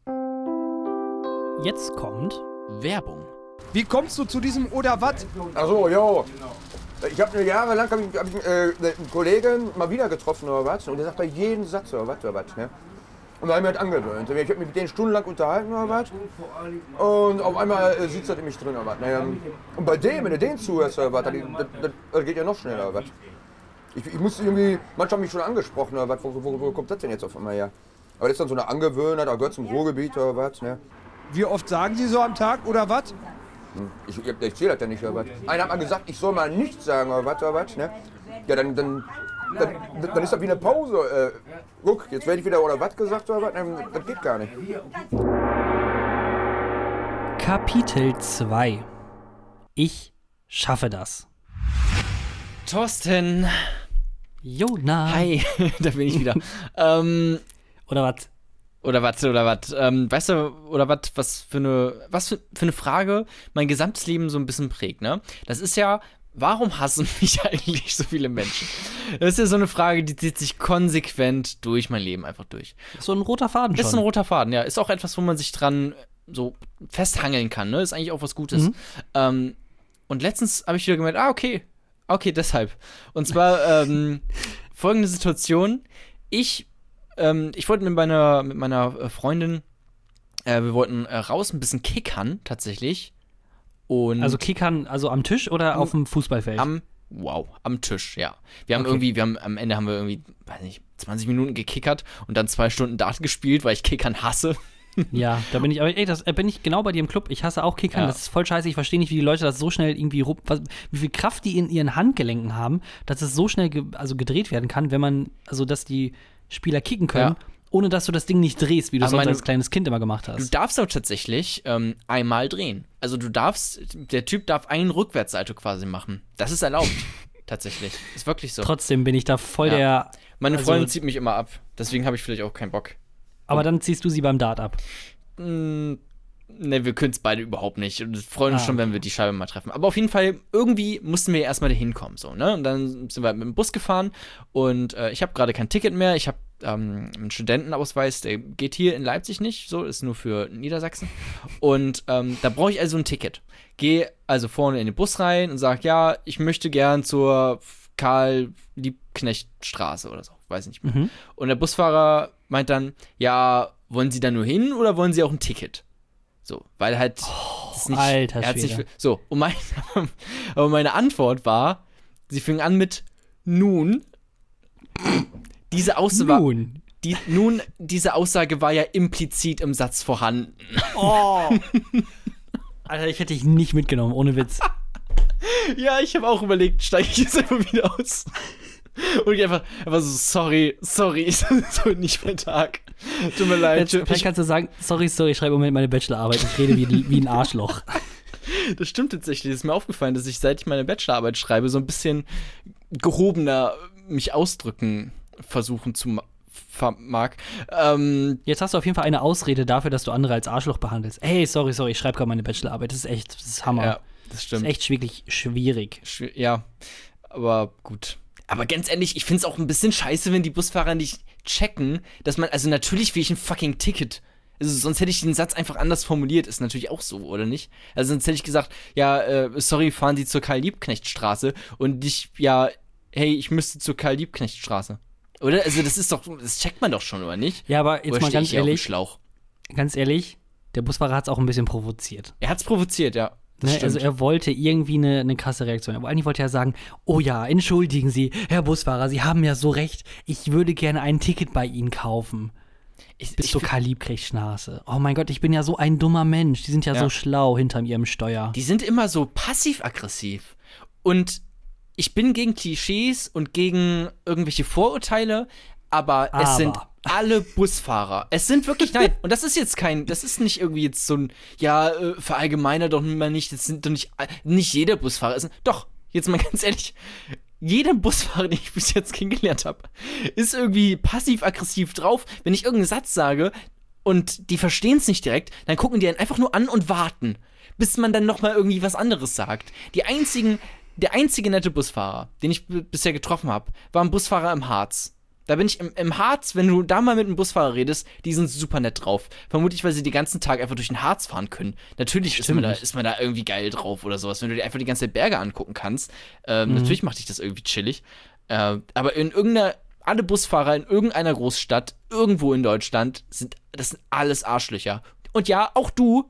Jetzt kommt Werbung. Wie kommst du zu diesem oder was? Achso, jo. Ich habe jahrelang hab ich, hab ich, äh, einen Kollegen mal wieder getroffen oder was. Und der sagt bei jedem Satz oder was oder was. Ne? Und da habe ich mich halt angewöhnt. Ich habe mich mit denen stundenlang unterhalten oder was. Und auf einmal äh, sitzt er in mich drin oder was. Naja, und bei dem, wenn du den zuhörst oder was, das, das, das geht ja noch schneller oder was. Ich, ich muss irgendwie, manche haben mich schon angesprochen oder was. Wo, wo, wo kommt das denn jetzt auf einmal her? Aber das ist dann so eine Angewohnheit, da gehört zum Ruhrgebiet oder was. Ne? Wie oft sagen Sie so am Tag oder was? Ich, ich, ich zähle das ja nicht oder was. Einer hat mal gesagt, ich soll mal nichts sagen oder was oder was. Ne? Ja, dann, dann, dann, dann ist das wie eine Pause. Äh, guck, jetzt werde ich wieder oder was gesagt oder was. Das geht gar nicht. Kapitel zwei. Ich schaffe das. Thorsten. Jona. Hi, da bin ich wieder. ähm, Oder was? Oder was, oder was. Ähm, weißt du, oder was, was für eine, was für, für eine Frage mein gesamtes Leben so ein bisschen prägt, ne? Das ist ja, warum hassen mich eigentlich so viele Menschen? Das ist ja so eine Frage, die zieht sich konsequent durch mein Leben einfach durch. So ein roter Faden schon. Ist ein roter Faden, ja. Ist auch etwas, wo man sich dran so festhangeln kann, ne? Ist eigentlich auch was Gutes. Mhm. Ähm, und letztens habe ich wieder gemerkt, ah, okay, okay, deshalb. Und zwar ähm, folgende Situation. Ich Ähm, ich wollte mit meiner, mit meiner Freundin, äh, wir wollten äh, raus ein bisschen kickern, tatsächlich. Und Also kickern, also am Tisch oder am, auf dem Fußballfeld? Am, wow, am Tisch, ja. Wir haben Okay. irgendwie, wir haben, am Ende haben wir irgendwie, weiß nicht, zwanzig Minuten gekickert und dann zwei Stunden Dart gespielt, weil ich Kickern hasse. Ja, da bin ich, aber ey, das äh, bin ich genau bei dir im Club. Ich hasse auch Kickern, Ja. das ist voll scheiße. Ich verstehe nicht, wie die Leute das so schnell irgendwie, rup- was, wie viel Kraft die in ihren Handgelenken haben, dass es so schnell ge- also gedreht werden kann, wenn man, also dass die Spieler kicken können, Ja. ohne dass du das Ding nicht drehst, wie du Aber sonst meine- als kleines Kind immer gemacht Du hast. darfst auch tatsächlich ähm, einmal drehen. Also du darfst, der Typ darf einen Rückwärtssalto quasi machen. Das ist erlaubt, tatsächlich. Ist wirklich so. Trotzdem bin ich da voll Ja. der. Meine also- Freundin zieht mich immer ab. Deswegen habe ich vielleicht auch keinen Bock. Aber dann ziehst du sie beim Dart ab. Mm, ne, wir können es beide überhaupt nicht. Und freuen uns Ah, schon, okay. wenn wir die Scheibe mal treffen. Aber auf jeden Fall, irgendwie mussten wir erstmal dahin kommen. So, ne? Und dann sind wir mit dem Bus gefahren. Und äh, ich habe gerade kein Ticket mehr. Ich habe ähm, einen Studentenausweis, der geht hier in Leipzig nicht. So, ist nur für Niedersachsen. Und ähm, da brauche ich also ein Ticket. Gehe also vorne in den Bus rein und sage, ja, ich möchte gern zur Karl-Liebknecht-Straße oder so. Weiß nicht mehr. Mhm. Und Und der Busfahrer meint dann, ja, wollen Sie da nur hin oder wollen Sie auch ein Ticket? So, weil halt das ist nicht, alter er hat sich, Schwede. so, und mein, aber meine Antwort war, sie fing an mit nun. Diese Aussage, Nun. die, nun, diese Aussage war ja implizit im Satz vorhanden. Oh. Alter, ich hätte dich nicht mitgenommen, ohne Witz. Ja, ich habe auch überlegt, steige ich jetzt einfach wieder aus. Und ich einfach, einfach so, sorry, sorry, ist so nicht mein Tag. Tut mir leid. Jetzt, vielleicht ich, kannst du sagen, sorry, sorry, ich schreibe im Moment meine Bachelorarbeit. Ich rede wie, wie ein Arschloch. Das stimmt tatsächlich. Das ist mir aufgefallen, dass ich, seit ich meine Bachelorarbeit schreibe, so ein bisschen gehobener mich ausdrücken versuchen zu ma- vermag. Ähm, Jetzt hast du auf jeden Fall eine Ausrede dafür, dass du andere als Arschloch behandelst. Hey, sorry, sorry, ich schreibe gerade meine Bachelorarbeit. Das ist echt, das ist Hammer. ja, das Das stimmt. ist echt wirklich schwierig. Schwi- Ja, aber gut. Aber ganz ehrlich, ich finde es auch ein bisschen scheiße, wenn die Busfahrer nicht checken, dass man, also natürlich will ich ein fucking Ticket. Also sonst hätte ich den Satz einfach anders formuliert. Ist natürlich auch so, oder nicht? Also sonst hätte ich gesagt, ja, äh, sorry, fahren Sie zur Karl-Liebknecht-Straße und nicht, ja, hey, ich müsste zur Karl-Liebknecht-Straße. Oder? Also das ist doch, das checkt man doch schon, oder nicht? Ja, aber jetzt Oder mal stehe ganz ich hier auf dem ehrlich, Schlauch? ganz ehrlich, der Busfahrer hat es auch ein bisschen provoziert. Er hat's provoziert, ja. Das Ne? stimmt. Also er wollte irgendwie eine, eine krasse Reaktion. Aber eigentlich wollte er sagen, oh ja, entschuldigen Sie, Herr Busfahrer, Sie haben ja so recht, ich würde gerne ein Ticket bei Ihnen kaufen. ich, Bis ich, zur Karl-Liebknecht-Straße. Oh mein Gott, ich bin ja so ein dummer Mensch. Die sind ja, Ja. so schlau hinterm ihrem Steuer. Die sind immer so passiv-aggressiv. Und ich bin gegen Klischees und gegen irgendwelche Vorurteile, aber, Aber. es sind alle Busfahrer. Es sind wirklich, nein, und das ist jetzt kein, das ist nicht irgendwie jetzt so ein, ja, äh, verallgemeiner doch mal nicht, das sind doch nicht, nicht jeder Busfahrer. Es sind, doch, jetzt mal ganz ehrlich, jeder Busfahrer, den ich bis jetzt kennengelernt habe, ist irgendwie passiv-aggressiv drauf. Wenn ich irgendeinen Satz sage und die verstehen es nicht direkt, dann gucken die einen einfach nur an und warten, bis man dann nochmal irgendwie was anderes sagt. Die einzigen, der einzige nette Busfahrer, den ich b- bisher getroffen habe, war ein Busfahrer im Harz. Da bin ich im, im Harz, wenn du da mal mit einem Busfahrer redest, die sind super nett drauf. Vermutlich, weil sie den ganzen Tag einfach durch den Harz fahren können. Natürlich ist man, da, Stimmt. ist man da irgendwie geil drauf oder sowas, wenn du dir einfach die ganze Zeit Berge angucken kannst. Ähm, Mhm. Natürlich macht dich das irgendwie chillig. Äh, aber in irgendeiner, alle Busfahrer in irgendeiner Großstadt, irgendwo in Deutschland, sind, das sind alles Arschlöcher. Und ja, auch du,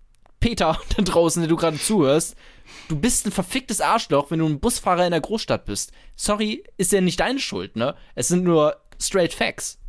Peter, da draußen, der du gerade zuhörst, du bist ein verficktes Arschloch, wenn du ein Busfahrer in der Großstadt bist. Sorry, ist ja nicht deine Schuld, ne? Es sind nur straight facts.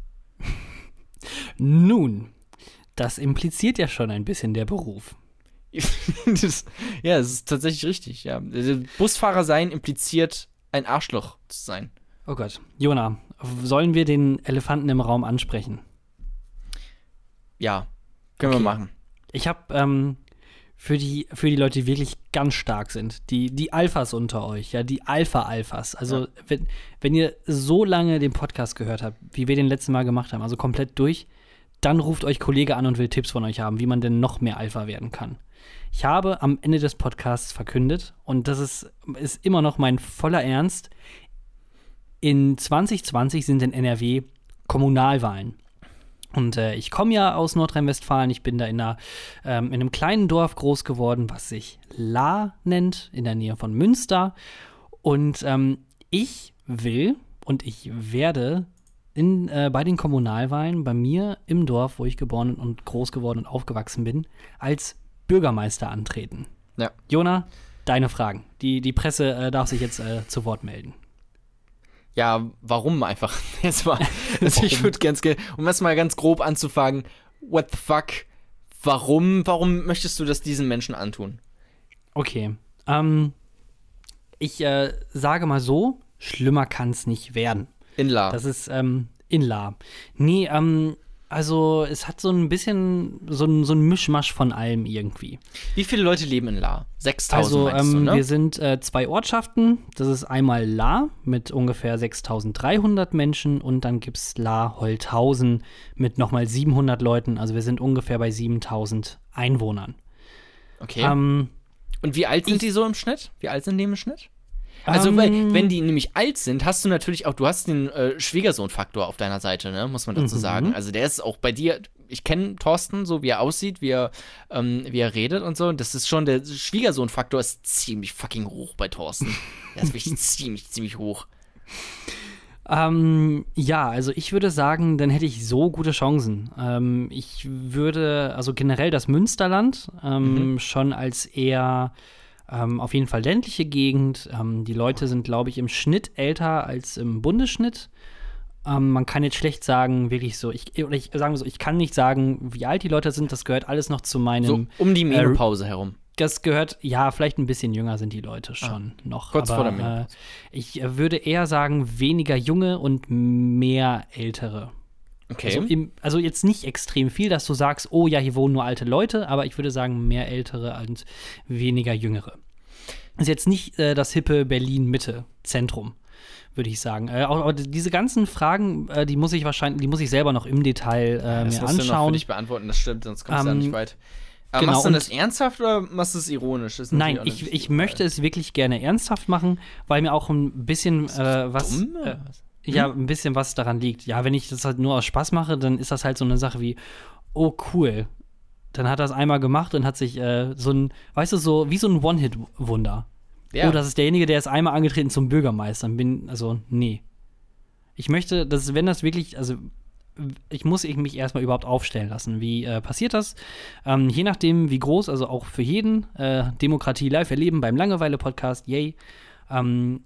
Nun, das impliziert ja schon ein bisschen der Beruf. das, ja, das ist tatsächlich richtig, ja. Also, Busfahrer sein impliziert, ein Arschloch zu sein. Oh Gott. Jona, sollen wir den Elefanten im Raum ansprechen? Ja, können Okay. wir machen. Ich habe ähm, für, die, für die Leute, die wirklich ganz stark sind, die, die Alphas unter euch, ja, die Alpha-Alphas. Also, Ja. wenn, wenn ihr so lange den Podcast gehört habt, wie wir den letzten Mal gemacht haben, also komplett durch, dann ruft euch Kollege an und will Tipps von euch haben, wie man denn noch mehr Alpha werden kann. Ich habe am Ende des Podcasts verkündet, und das ist, ist immer noch mein voller Ernst, in zwanzig zwanzig sind in N R W Kommunalwahlen. Und äh, ich komme ja aus Nordrhein-Westfalen. Ich bin da in, einer, ähm, in einem kleinen Dorf groß geworden, was sich La nennt, in der Nähe von Münster. Und ähm, ich will und ich werde in, äh, bei den Kommunalwahlen bei mir im Dorf, wo ich geboren und groß geworden und aufgewachsen bin, als Bürgermeister antreten. Ja. Jona, deine Fragen. Die, die Presse äh, darf sich jetzt äh, zu Wort melden. Ja, warum einfach? Jetzt mal, also ich würde ganz gerne, um das mal ganz grob anzufangen, what the fuck? Warum, warum möchtest du das diesen Menschen antun? Okay. Ähm, ich äh, sage mal so, schlimmer kann es nicht werden. In La. Das ist ähm, in La. Nee, ähm, also es hat so ein bisschen so ein, so ein Mischmasch von allem irgendwie. Wie viele Leute leben in La? sechstausend Also meinst ähm, du, ne? wir sind äh, zwei Ortschaften. Das ist einmal La mit ungefähr sechstausenddreihundert Menschen und dann gibt es La Holthausen mit nochmal siebenhundert Leuten. Also wir sind ungefähr bei siebentausendachthundert Einwohnern. Okay. Ähm, Und wie alt sind ich- die so im Schnitt? Wie alt sind die im Schnitt? Also, Ähm, weil, wenn die nämlich alt sind, hast du natürlich auch, du hast den äh, Schwiegersohn-Faktor auf deiner Seite, ne, muss man dazu Mhm. sagen. Also, der ist auch bei dir, ich kenne Thorsten, so wie er aussieht, wie er, ähm, wie er redet und so. Und das ist schon, der Schwiegersohn-Faktor ist ziemlich fucking hoch bei Thorsten. Der ist wirklich ziemlich, ziemlich hoch. Ähm, ja, also ich würde sagen, dann hätte ich so gute Chancen. Ähm, ich würde, also generell das Münsterland ähm, Mhm. schon als eher ähm, auf jeden Fall ländliche Gegend. Ähm, die Leute sind, glaube ich, im Schnitt älter als im Bundesschnitt. Ähm, man kann jetzt schlecht sagen, wirklich so, ich, oder ich sagen wir so, ich kann nicht sagen, wie alt die Leute sind. Das gehört alles noch zu meinem. So um die äh, Menopause herum. Das gehört, ja, vielleicht ein bisschen jünger sind die Leute schon noch. kurz aber, vor der äh, Menopause. ich äh, würde eher sagen, weniger junge und mehr ältere. Okay. Also, im, also jetzt nicht extrem viel, dass du sagst, oh ja, hier wohnen nur alte Leute, aber ich würde sagen, mehr ältere und weniger jüngere. Ist jetzt nicht äh, das hippe Berlin-Mitte-Zentrum, würde ich sagen. Äh, aber diese ganzen Fragen, äh, die muss ich wahrscheinlich, die muss ich selber noch im Detail äh, das mir musst du noch für anschauen. dich beantworten, das stimmt, sonst kommst du ja Ähm, nicht weit. Aber genau, machst du und- das ernsthaft oder machst du es ironisch? Das ist Nein, natürlich auch ich, eine ich wichtige möchte Frage. es wirklich gerne ernsthaft machen, weil mir auch ein bisschen äh, was. Dumm, äh, oder was? ja, ein bisschen was daran liegt. Ja, wenn ich das halt nur aus Spaß mache, dann ist das halt so eine Sache wie, oh cool. Dann hat er es einmal gemacht und hat sich äh, so ein, weißt du, so wie so ein One-Hit-Wunder. Ja. Oh, das ist derjenige, der ist einmal angetreten zum Bürgermeister. Bin, also, nee. Ich möchte, dass, wenn das wirklich, also, ich muss ich mich erstmal überhaupt aufstellen lassen. Wie äh, passiert das? Ähm, je nachdem, wie groß, also auch für jeden, äh, Demokratie live erleben beim Langeweile-Podcast, yay. Ähm,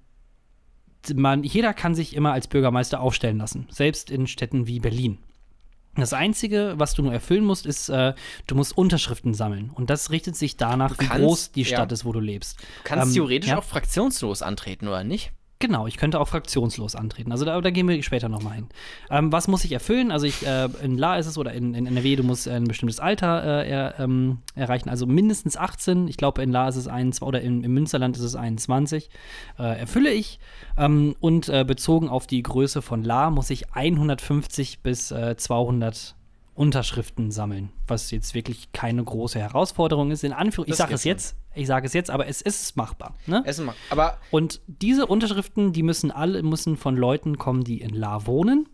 man, jeder kann sich immer als Bürgermeister aufstellen lassen, selbst in Städten wie Berlin. Das Einzige, was du nur erfüllen musst, ist, äh, du musst Unterschriften sammeln. Und das richtet sich danach, Du wie kannst- groß die ja. Stadt ist, wo du lebst. Du kannst Ähm, theoretisch ja. auch fraktionslos antreten, oder nicht? Genau, ich könnte auch fraktionslos antreten. Also da, da gehen wir später nochmal hin. Ähm, was muss ich erfüllen? Also ich, äh, in La ist es oder in, in N R W, du musst ein bestimmtes Alter äh, er, ähm, erreichen, also mindestens achtzehn. Ich glaube, in La ist es einundzwanzig oder in, im Münsterland ist es einundzwanzig. Äh, erfülle ich. Ähm, und äh, bezogen auf die Größe von La muss ich hundertfünfzig bis äh, zweihundert Unterschriften sammeln, was jetzt wirklich keine große Herausforderung ist. In Anführung, ich Das sage geht es jetzt, ich sage es jetzt, aber es ist machbar. Ne? Essen mal. Aber Und diese Unterschriften, die müssen alle müssen von Leuten kommen, die in La wohnen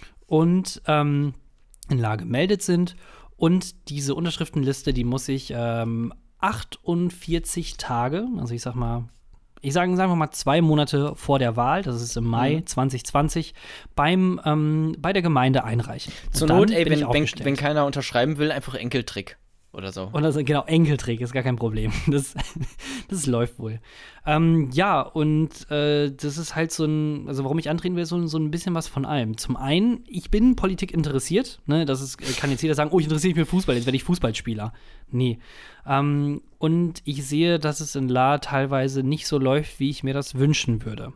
und ähm, in La gemeldet sind. Und diese Unterschriftenliste, die muss ich ähm, achtundvierzig Tage, also ich sag mal, ich sage, sagen wir mal zwei Monate vor der Wahl, das ist im Mai Mhm. zwanzig zwanzig, beim, ähm, bei der Gemeinde einreichen. Und zur dann Not, ey, bin ich wenn, wenn, aufgestellt. wenn keiner unterschreiben will, einfach Enkeltrick oder so. Und das, genau, Enkeltrick ist gar kein Problem. Das, das läuft wohl. Ähm, ja, und äh, das ist halt so ein, also warum ich antreten will, so, so ein bisschen was von allem. Zum einen, ich bin Politik interessiert, ne, das ist, kann jetzt jeder sagen, oh, ich interessiere mich für Fußball, jetzt werde ich Fußballspieler. Nee. Ähm, und ich sehe, dass es in La teilweise nicht so läuft, wie ich mir das wünschen würde.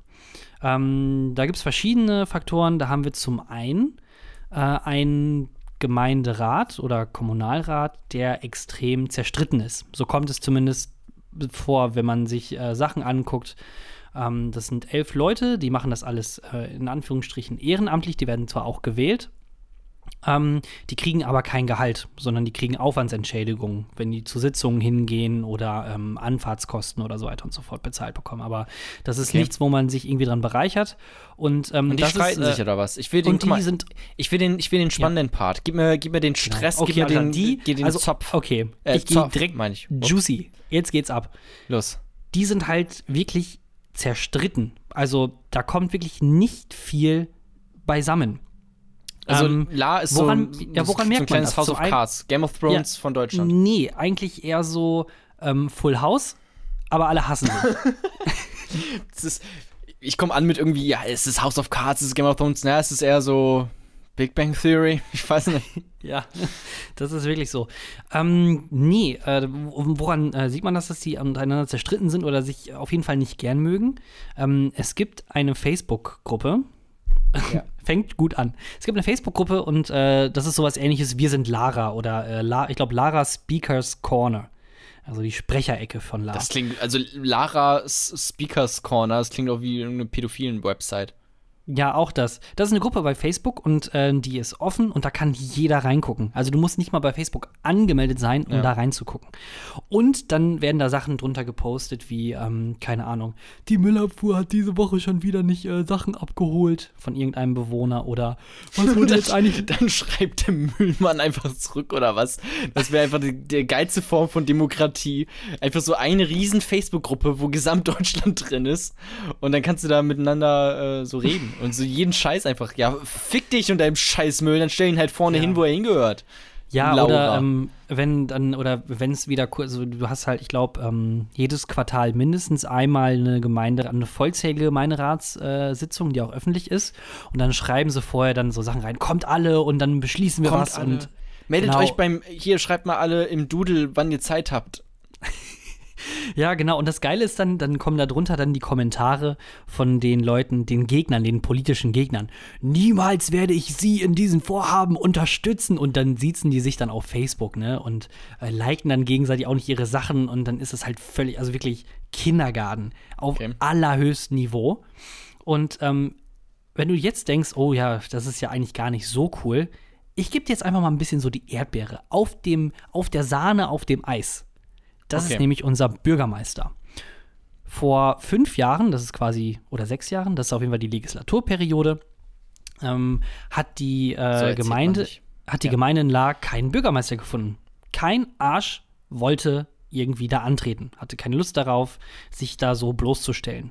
Ähm, da gibt es verschiedene Faktoren. Da haben wir zum einen äh, einen Gemeinderat oder Kommunalrat, der extrem zerstritten ist. So kommt es zumindest vor, wenn man sich äh, Sachen anguckt. Ähm, das sind elf Leute, die machen das alles äh, in Anführungsstrichen ehrenamtlich. Die werden zwar auch gewählt, ähm, die kriegen aber kein Gehalt, sondern die kriegen Aufwandsentschädigungen, wenn die zu Sitzungen hingehen oder ähm, Anfahrtskosten oder so weiter und so fort bezahlt bekommen. Aber das ist Okay. nichts, wo man sich irgendwie dran bereichert. Und, ähm, Und die das streiten ist, äh, sich oder was? Ich will den, und guck mal, die sind ich will den, ich will den spannenden Part. Gib mir, gib mir den Stress, okay, gib mir Alter, den, die, gib den also, Zopf. Okay, Äh, ich gehe Zopf, direkt meine ich. Ups. juicy. Jetzt geht's ab. Los. Die sind halt wirklich zerstritten. Also da kommt wirklich nicht viel beisammen. Also Ähm, La ist woran- so, ein- ja, woran so merkt ein man kleines das? House Zum of einen- Cards. Game of Thrones Ja. von Deutschland. Nee, eigentlich eher so ähm, Full House, aber alle hassen sich. Es ist, ich komme an mit irgendwie, ja, es ist House of Cards, es ist Game of Thrones. Na, es ist eher so Big Bang Theory. Ich weiß nicht. Ja, das ist wirklich so. Ähm, nee, äh, woran äh, sieht man das, dass die untereinander zerstritten sind oder sich auf jeden Fall nicht gern mögen? Ähm, es gibt eine Facebook-Gruppe. Ja. Fängt gut an. Es gibt eine Facebook-Gruppe und äh, das ist sowas ähnliches, Wir sind Lara oder äh, La, ich glaube Lara Speakers Corner. Also die Sprecherecke von Lara. Das klingt, also Lara S- Speakers Corner, das klingt auch wie eine pädophilen Website. Ja, auch das. Das ist eine Gruppe bei Facebook und äh, die ist offen und da kann jeder reingucken. Also du musst nicht mal bei Facebook angemeldet sein, um Ja. da reinzugucken. Und dann werden da Sachen drunter gepostet wie, ähm, keine Ahnung, die Müllabfuhr hat diese Woche schon wieder nicht äh, Sachen abgeholt von irgendeinem Bewohner oder was wurde jetzt eigentlich. Dann schreibt der Müllmann einfach zurück oder was? Das wäre einfach die, die geilste Form von Demokratie. Einfach so eine riesen Facebook-Gruppe, wo Gesamtdeutschland drin ist und dann kannst du da miteinander äh, so reden. Und so jeden Scheiß einfach, ja, fick dich und deinem Scheißmüll, dann stell ihn halt vorne Ja. hin, wo er hingehört. Ja, Laura. oder ähm, wenn dann, oder wenn es wieder kurz, also du hast halt, ich glaube, ähm, jedes Quartal mindestens einmal eine Gemeinde, eine vollzählige Gemeinderatssitzung, die auch öffentlich ist. Und dann schreiben sie vorher dann so Sachen rein, kommt alle und dann beschließen wir Kommt was. alle. Und Meldet genau. euch beim, hier, schreibt mal alle im Doodle, wann ihr Zeit habt. Ja, genau. Und das Geile ist dann, dann kommen da drunter dann die Kommentare von den Leuten, den Gegnern, den politischen Gegnern. Niemals werde ich sie in diesen Vorhaben unterstützen. Und dann siezen die sich dann auf Facebook, ne? Und äh, liken dann gegenseitig auch nicht ihre Sachen. Und dann ist es halt völlig, also wirklich Kindergarten auf Okay. allerhöchstem Niveau. Und ähm, wenn du jetzt denkst, oh ja, das ist ja eigentlich gar nicht so cool, ich gebe dir jetzt einfach mal ein bisschen so die Erdbeere auf dem, auf der Sahne, auf dem Eis. Das Okay. ist nämlich unser Bürgermeister. Vor fünf Jahren, das ist quasi, oder sechs Jahren, das ist auf jeden Fall die Legislaturperiode, ähm, hat die So äh, erzählt man Gemeinde, sich. hat die Ja. Gemeinde in Lahr keinen Bürgermeister gefunden. Kein Arsch wollte irgendwie da antreten, hatte keine Lust darauf, sich da so bloßzustellen.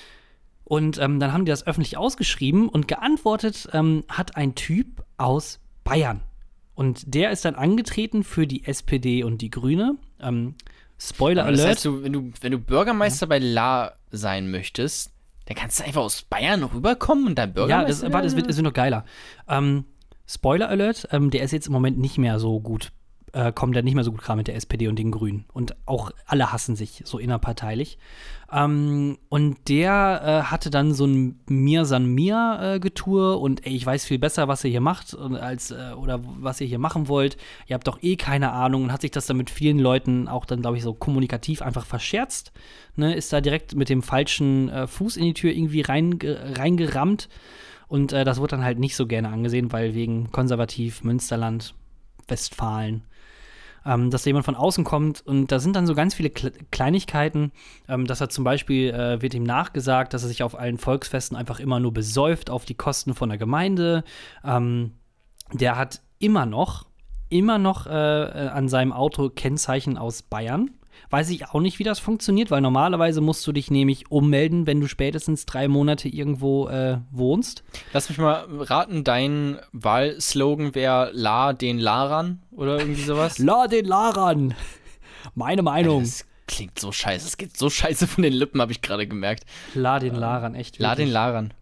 Und ähm, dann haben die das öffentlich ausgeschrieben und geantwortet ähm, hat ein Typ aus Bayern. Und der ist dann angetreten für die S P D und die Grüne. Ähm, Spoiler Aber das Alert. heißt, du, wenn, du, wenn du Bürgermeister bei La sein möchtest, dann kannst du einfach aus Bayern rüberkommen und dein ja, Bürgermeister das, warte, es wird, es wird noch geiler. Ähm, Spoiler Alert, ähm, der ist jetzt im Moment nicht mehr so gut, äh, kommt der nicht mehr so gut klar mit der S P D und den Grünen. Und auch alle hassen sich so innerparteilich. Ähm, und der äh, hatte dann so ein Mir san mir äh, Getue und ey, ich weiß viel besser, was ihr hier macht und als äh, oder was ihr hier machen wollt. Ihr habt doch eh keine Ahnung und hat sich das dann mit vielen Leuten auch dann, glaube ich, so kommunikativ einfach verscherzt. Ne, ist da direkt mit dem falschen äh, Fuß in die Tür irgendwie reinge reingerammt. Und äh, das wurde dann halt nicht so gerne angesehen, weil wegen konservativ, Münsterland, Westfalen, ähm, dass da jemand von außen kommt. Und da sind dann so ganz viele Kle Kleinigkeiten, ähm, dass er zum Beispiel, äh, wird ihm nachgesagt, dass er sich auf allen Volksfesten einfach immer nur besäuft auf die Kosten von der Gemeinde. Ähm, der hat immer noch, immer noch äh, an seinem Auto Kennzeichen aus Bayern. Weiß ich auch nicht, wie das funktioniert, weil normalerweise musst du dich nämlich ummelden, wenn du spätestens drei Monate irgendwo äh, wohnst. Lass mich mal raten, dein Wahlslogan wäre La den Laran oder irgendwie sowas? La den Laran! Meine Meinung. Das klingt so scheiße. Es geht so scheiße von den Lippen, habe ich gerade gemerkt. La den Laran, echt. La den wirklich. Laran.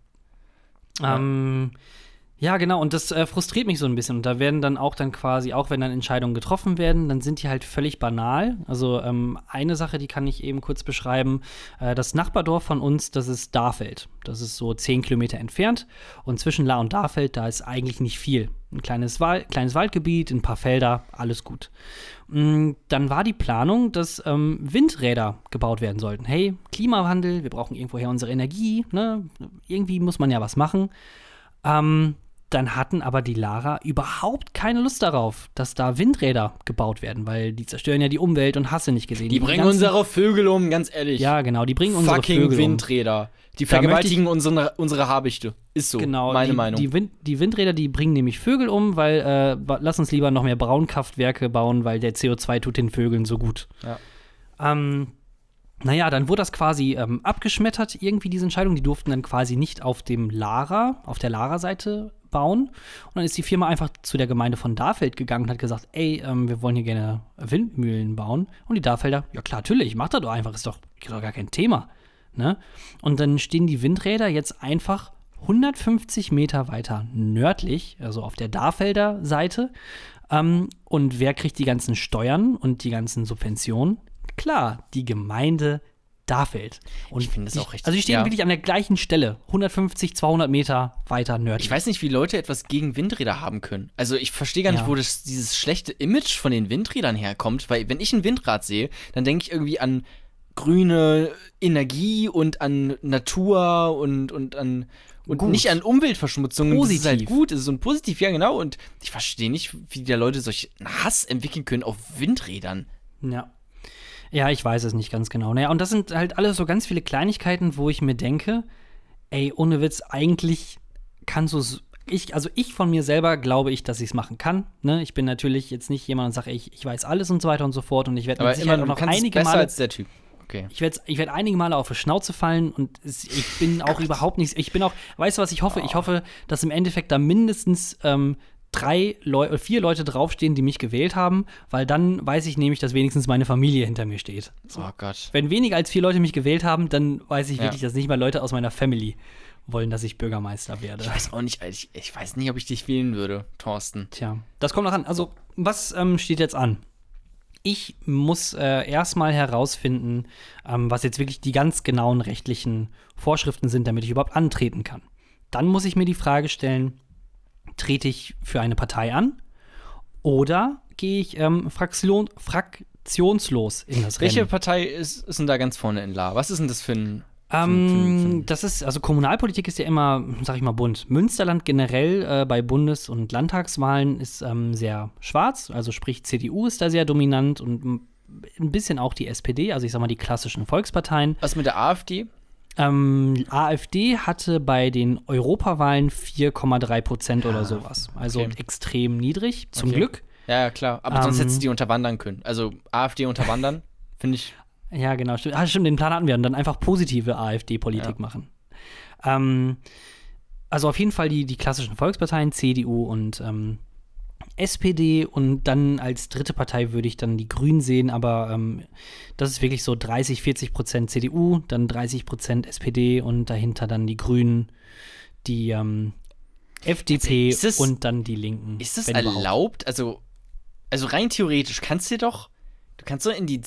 Ähm, ja, genau, und das äh, frustriert mich so ein bisschen. Und da werden dann auch dann quasi, auch wenn dann Entscheidungen getroffen werden, dann sind die halt völlig banal. Also ähm, eine Sache, die kann ich eben kurz beschreiben. Äh, das Nachbardorf von uns, das ist Darfeld. Das ist so zehn Kilometer entfernt. Und zwischen La und Darfeld, da ist eigentlich nicht viel. Ein kleines, Wal kleines Waldgebiet, ein paar Felder, alles gut. Mm, dann war die Planung, dass ähm, Windräder gebaut werden sollten. Hey, Klimawandel, wir brauchen irgendwoher unsere Energie, ne? Irgendwie muss man ja was machen. Ähm, dann hatten aber die Lara überhaupt keine Lust darauf, dass da Windräder gebaut werden, weil die zerstören ja die Umwelt und hast du nicht gesehen. Die bringen ganzen- unsere Vögel um, ganz ehrlich. Ja, genau, die bringen unsere Fucking Vögel Windräder. Die Da möchte vergewaltigen unsere, unsere Habichte. Ist so, um. Genau, meine die, Meinung. Die, Wind, die Windräder, die bringen nämlich Vögel um, weil äh, ba- lass uns lieber noch mehr Braunkraftwerke bauen, weil der C O zwei tut den Vögeln so gut. Ja. Ähm, naja, dann wurde das quasi ähm, abgeschmettert, irgendwie diese Entscheidung. Die durften dann quasi nicht auf dem Lara, auf der Lara-Seite bauen. Und dann ist die Firma einfach zu der Gemeinde von Darfeld gegangen und hat gesagt, ey, ähm, wir wollen hier gerne Windmühlen bauen. Und die Darfelder, ja klar, natürlich, mach das doch einfach, ist doch, ist doch gar kein Thema. Ne? Und dann stehen die Windräder jetzt einfach hundertfünfzig Meter weiter nördlich, also auf der Darfelder Seite. Ähm, und wer kriegt die ganzen Steuern und die ganzen Subventionen? Klar, die Gemeinde Darfeld. Und Ich finde das die, auch richtig- Also die stehen ja. wirklich an der gleichen Stelle, hundertfünfzig, zweihundert Meter weiter nördlich. Ich weiß nicht, wie Leute etwas gegen Windräder haben können. Also ich verstehe gar nicht, Ja. wo das, dieses schlechte Image von den Windrädern herkommt, weil wenn ich ein Windrad sehe, dann denke ich irgendwie an grüne Energie und an Natur und, und an und Gut. nicht an Umweltverschmutzung. Das ist halt Positiv. gut, es ist so ein positiv, ja genau. Und ich verstehe nicht, wie da Leute solch einen Hass entwickeln können auf Windrädern. Ja. Ja, ich weiß es nicht ganz genau. Naja, und das sind halt alles so ganz viele Kleinigkeiten, wo ich mir denke, ey, ohne Witz, eigentlich kannst du es. Ich, also ich von mir selber glaube ich, dass ich es machen kann. Ne? Ich bin natürlich jetzt nicht jemand und sage, ich, ich weiß alles und so weiter und so fort. Und ich werde Aber mit Sicherheit immer, auch du noch kannst es einige besser Male. als der Typ. Okay. Ich werde ich werd einige Male auf die Schnauze fallen und es, ich bin auch überhaupt nicht. Ich bin auch, weißt du, was ich hoffe? Ich hoffe, dass im Endeffekt da mindestens ähm, drei Leute, vier Leute draufstehen, die mich gewählt haben, weil dann weiß ich nämlich, dass wenigstens meine Familie hinter mir steht. Oh Gott. Wenn weniger als vier Leute mich gewählt haben, dann weiß ich Ja. wirklich, dass nicht mal Leute aus meiner Family wollen, dass ich Bürgermeister werde. Ich weiß auch nicht, ich, ich weiß nicht, ob ich dich wählen würde, Thorsten. Tja, das kommt noch an. Also, was ähm, steht jetzt an? Ich muss äh, erstmal herausfinden, ähm, was jetzt wirklich die ganz genauen rechtlichen Vorschriften sind, damit ich überhaupt antreten kann. Dann muss ich mir die Frage stellen, trete ich für eine Partei an oder gehe ich ähm, Fraktion, fraktionslos in das Welche Rennen? Partei ist, ist denn da ganz vorne in La? Was ist denn das für ein. Ähm, das ist, also Kommunalpolitik ist ja immer, sag ich mal, bunt. Münsterland generell äh, bei Bundes- und Landtagswahlen ist ähm, sehr schwarz, also sprich C D U ist da sehr dominant und m- ein bisschen auch die S P D, also ich sag mal die klassischen Volksparteien. Was mit der AfD? Ähm, AfD hatte bei den Europawahlen vier Komma drei Prozent oder sowas, also okay. extrem niedrig, zum Okay. Glück. Ja, ja, klar. Aber sonst Ähm. hättest du die unterwandern können. Also AfD unterwandern, finde ich. Ja, genau. Stimmt. Ah, stimmt, den Plan hatten wir. Und dann einfach positive AfD-Politik Ja. machen. Ähm, also auf jeden Fall die, die klassischen Volksparteien, C D U und ähm, S P D. Und dann als dritte Partei würde ich dann die Grünen sehen. Aber ähm, das ist wirklich so dreißig, vierzig Prozent C D U, dann dreißig Prozent S P D und dahinter dann die Grünen, die ähm, F D P Ist das- und dann die Linken. Ist das wenn überhaupt. erlaubt? Also, also rein theoretisch kannst du dir doch. Du kannst so in die.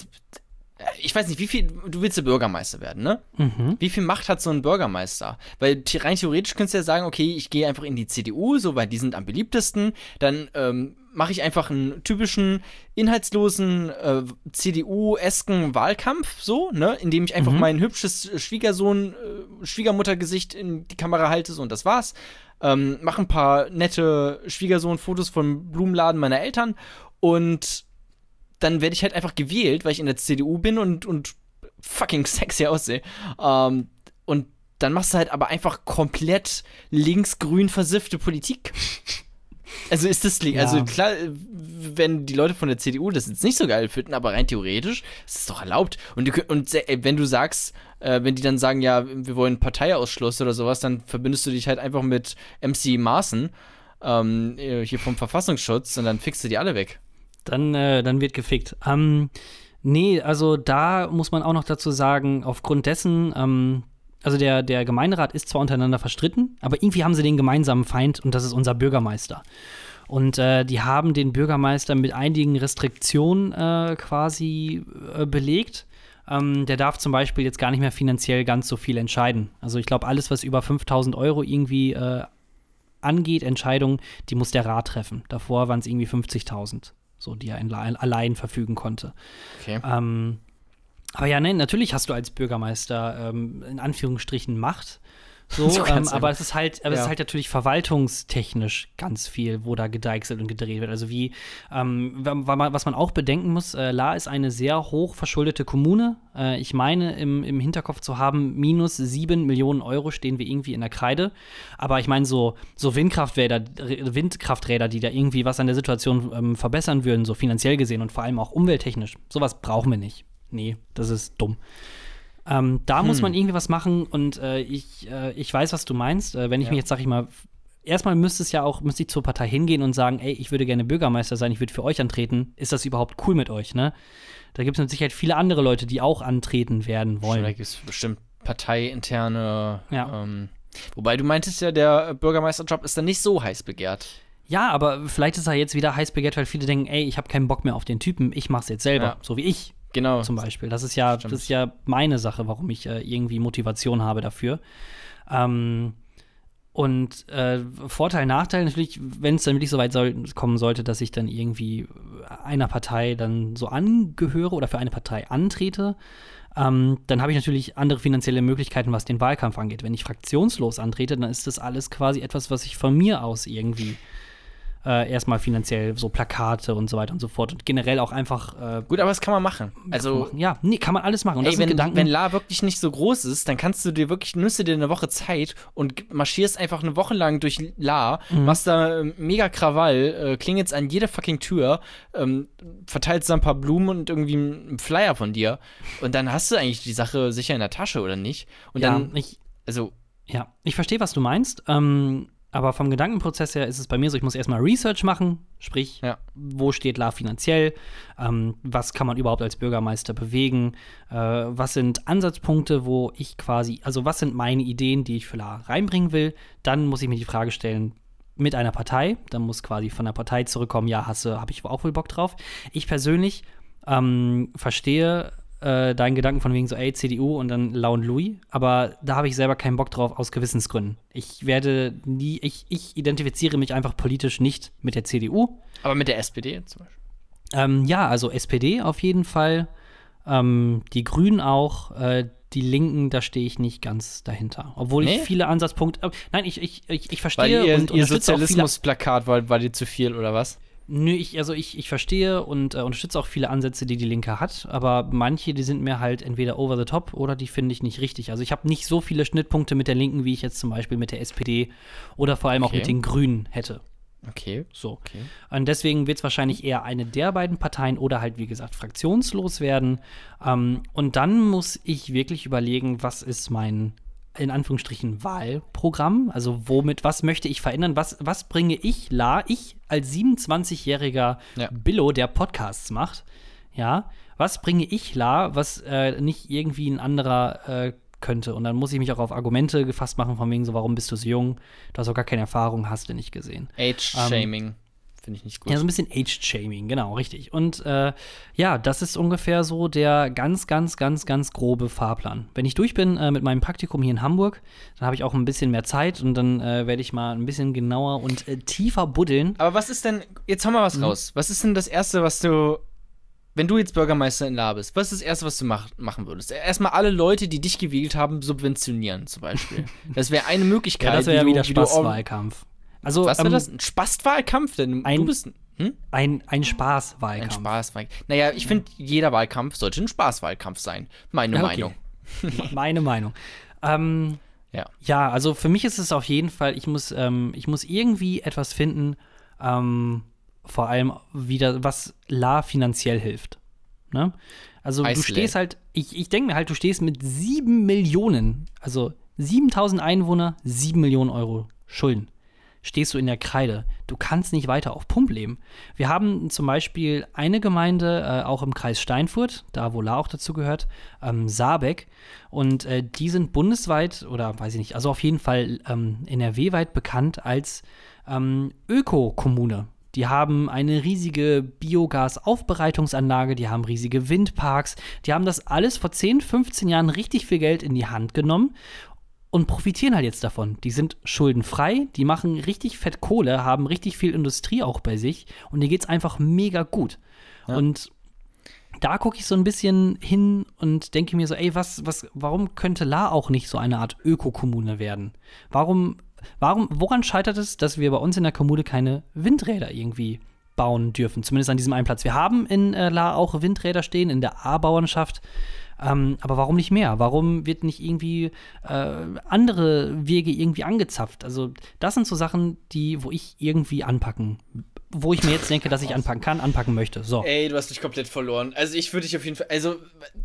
Ich weiß nicht, wie viel. Du willst ja Bürgermeister werden, ne? Mhm. Wie viel Macht hat so ein Bürgermeister? Weil the- rein theoretisch könntest du ja sagen, okay, ich gehe einfach in die C D U, so, weil die sind am beliebtesten. Dann ähm, mache ich einfach einen typischen, inhaltslosen, äh, C D U-esken Wahlkampf, so, ne? Indem ich einfach Mhm. mein hübsches Schwiegersohn, äh, Schwiegermuttergesicht in die Kamera halte, so, und das war's. Ähm, mach ein paar nette Schwiegersohn-Fotos vom Blumenladen meiner Eltern und dann werde ich halt einfach gewählt, weil ich in der C D U bin und, und fucking sexy aussehe. Ähm, und dann machst du halt aber einfach komplett links-grün versiffte Politik. Also ist das, Ja. also klar, wenn die Leute von der C D U das jetzt nicht so geil finden, aber rein theoretisch ist es doch erlaubt. Und, du, und se- wenn du sagst, äh, wenn die dann sagen, ja, wir wollen Parteiausschluss oder sowas, dann verbindest du dich halt einfach mit M C Maaßen, ähm, hier vom Verfassungsschutz, und dann fixst du die alle weg. Dann, äh, dann wird gefickt. Ähm, nee, also da muss man auch noch dazu sagen, aufgrund dessen, ähm, also der, der Gemeinderat ist zwar untereinander verstritten, aber irgendwie haben sie den gemeinsamen Feind und das ist unser Bürgermeister. Und äh, die haben den Bürgermeister mit einigen Restriktionen äh, quasi äh, belegt. Ähm, der darf zum Beispiel jetzt gar nicht mehr finanziell ganz so viel entscheiden. Also ich glaube, alles, was über fünftausend Euro irgendwie äh, angeht, Entscheidungen, die muss der Rat treffen. Davor waren es irgendwie fünfzigtausend. So, die er in, allein verfügen konnte. Okay. Ähm, aber ja, nein, natürlich hast du als Bürgermeister ähm, in Anführungsstrichen Macht. So, Du ähm, kannst aber einfach- es ist halt, aber es ja. ist halt natürlich verwaltungstechnisch ganz viel, wo da gedeichselt und gedreht wird. Also wie, ähm, wa- wa- was man auch bedenken muss, äh, La ist eine sehr hoch verschuldete Kommune. Äh, ich meine, im, im Hinterkopf zu haben, minus sieben Millionen Euro stehen wir irgendwie in der Kreide. Aber ich meine, so, so Windkrafträder, Windkrafträder, die da irgendwie was an der Situation ähm, verbessern würden, so finanziell gesehen und vor allem auch umwelttechnisch, sowas brauchen wir nicht. Nee, das ist dumm. Ähm, da muss man irgendwie was machen und äh, ich, äh, ich weiß, was du meinst. Äh, wenn ich Ja. mich jetzt, sag ich mal, f- erstmal müsste es ja auch, müsste ich zur Partei hingehen und sagen, ey, ich würde gerne Bürgermeister sein, ich würde für euch antreten. Ist das überhaupt cool mit euch, ne? Da gibt es mit Sicherheit viele andere Leute, die auch antreten werden wollen. Da gibt es bestimmt parteiinterne. Ja. Ähm, wobei du meintest ja, der Bürgermeisterjob ist dann nicht so heiß begehrt. Ja, aber vielleicht ist er jetzt wieder heiß begehrt, weil viele denken, ey, ich habe keinen Bock mehr auf den Typen, ich mach's jetzt selber, Ja. so wie ich. Genau. Zum Beispiel. Das ist ja, Stimmt. das ist ja meine Sache, warum ich äh, irgendwie Motivation habe dafür. Ähm, und äh, Vorteil, Nachteil natürlich, wenn es dann wirklich so weit soll, kommen sollte, dass ich dann irgendwie einer Partei dann so angehöre oder für eine Partei antrete, ähm, dann habe ich natürlich andere finanzielle Möglichkeiten, was den Wahlkampf angeht. Wenn ich fraktionslos antrete, dann ist das alles quasi etwas, was ich von mir aus irgendwie äh, erstmal finanziell, so Plakate und so weiter und so fort und generell auch einfach äh, Gut, aber das kann man machen. Also, ja, nee, kann man alles machen. Und das ey, sind wenn, Gedanken, wenn La wirklich nicht so groß ist, dann kannst du dir wirklich, nimmst du dir eine Woche Zeit und marschierst einfach eine Woche lang durch La, Mhm. machst da äh, mega Krawall, äh, klingelst an jede fucking Tür, ähm, verteilst da ein paar Blumen und irgendwie einen Flyer von dir und dann hast du eigentlich die Sache sicher in der Tasche, oder nicht? Und ja, dann, ich, also, ja, ich verstehe, was du meinst. Ähm, aber vom Gedankenprozess her ist es bei mir so, ich muss erstmal Research machen, sprich, Ja. wo steht La finanziell, ähm, was kann man überhaupt als Bürgermeister bewegen, äh, was sind Ansatzpunkte, wo ich quasi, also was sind meine Ideen, die ich für La reinbringen will. Dann muss ich mir die Frage stellen, mit einer Partei, dann muss quasi von der Partei zurückkommen, ja, hasse, habe ich auch wohl Bock drauf. Ich persönlich ähm, verstehe äh, deinen Gedanken von wegen so, ey, C D U und dann La und Louis, aber da habe ich selber keinen Bock drauf aus Gewissensgründen. Ich werde nie, ich, ich identifiziere mich einfach politisch nicht mit der C D U. aber mit der S P D zum Beispiel. Ähm, ja, also S P D auf jeden Fall, ähm, die Grünen auch, äh, die Linken, da stehe ich nicht ganz dahinter. Obwohl Nee? ich viele Ansatzpunkte, äh, nein, ich, ich, ich, ich Weil verstehe ihr, und ihr unterstütze auch viele. Sozialismusplakat war, war dir zu viel, oder was? Nö, ich, also ich, ich verstehe und äh, unterstütze auch viele Ansätze, die die Linke hat, aber manche, die sind mir halt entweder over the top oder die finde ich nicht richtig. Also ich habe nicht so viele Schnittpunkte mit der Linken, wie ich jetzt zum Beispiel mit der S P D oder vor allem auch Okay. mit den Grünen hätte. Okay. So. Okay. Und deswegen wird es wahrscheinlich eher eine der beiden Parteien oder halt, wie gesagt, fraktionslos werden. Ähm, und dann muss ich wirklich überlegen, was ist mein, in Anführungsstrichen, Wahlprogramm? Also womit, was möchte ich verändern? Was, was bringe ich, La, ich als siebenundzwanzigjähriger Ja. Billo, der Podcasts macht, ja, was bringe ich, La, was äh, nicht irgendwie ein anderer äh, könnte? Und dann muss ich mich auch auf Argumente gefasst machen, von wegen so, warum bist du so jung? Du hast auch gar keine Erfahrung, hast du nicht gesehen. Age-Shaming finde ich nicht gut. Ja, so ein bisschen Age-Shaming, genau, richtig. Und äh, ja, das ist ungefähr so der ganz, ganz, ganz, ganz grobe Fahrplan. Wenn ich durch bin äh, mit meinem Praktikum hier in Hamburg, dann habe ich auch ein bisschen mehr Zeit und dann äh, werde ich mal ein bisschen genauer und äh, tiefer buddeln. Aber was ist denn, jetzt hau mal was raus. Was ist denn das Erste, was du, wenn du jetzt Bürgermeister in La bist, was ist das Erste, was du mach, machen würdest? Erstmal alle Leute, die dich gewählt haben, subventionieren zum Beispiel. Das wäre eine Möglichkeit. Ja, das wäre ja wie du- wieder wie du- Spaßwahlkampf. Also Was wäre ähm, das? Ein Spastwahlkampf? Denn ein- du bist ein, hm? ein, ein ein Spaßwahlkampf. Spaßwahlkampf. Naja, ich finde, jeder Wahlkampf sollte ein Spaßwahlkampf sein. Meine Ja, okay. Meinung. Meine Meinung. Ähm, Ja. Ja, also für mich ist es auf jeden Fall, ich muss, ähm, ich muss irgendwie etwas finden, ähm, vor allem wieder, was La finanziell hilft. Ne? Also du Iceland. stehst halt, ich, ich denke mir halt, du stehst mit sieben Millionen, also siebentausend Einwohner, sieben Millionen Euro Schulden. Stehst du in der Kreide. Du kannst nicht weiter auf Pump leben. Wir haben zum Beispiel eine Gemeinde, äh, auch im Kreis Steinfurt, da wo La auch dazu gehört, ähm, Saarbeck. Und äh, die sind bundesweit, oder weiß ich nicht, also auf jeden Fall ähm, N R W-weit bekannt als ähm, Öko-Kommune. Die haben eine riesige Biogas-Aufbereitungsanlage, die haben riesige Windparks. Die haben das alles vor zehn, fünfzehn Jahren richtig viel Geld in die Hand genommen und profitieren halt jetzt davon. Die sind schuldenfrei, die machen richtig fett Kohle, haben richtig viel Industrie auch bei sich und denen geht's einfach mega gut. Ja. Und da gucke ich so ein bisschen hin und denke mir so, ey, was, was, warum könnte La auch nicht so eine Art Ökokommune werden? Warum, warum, woran scheitert es, dass wir bei uns in der Kommune keine Windräder irgendwie bauen dürfen? Zumindest an diesem einen Platz. Wir haben in äh, La auch Windräder stehen, in der A-Bauernschaft. Ähm, aber warum nicht mehr? Warum wird nicht irgendwie äh, andere Wege irgendwie angezapft? Also das sind so Sachen, die, wo ich irgendwie anpacken, wo ich mir jetzt denke, dass ich anpacken kann, anpacken möchte. So. Ey, du hast mich komplett verloren. Also ich würde dich auf jeden Fall, also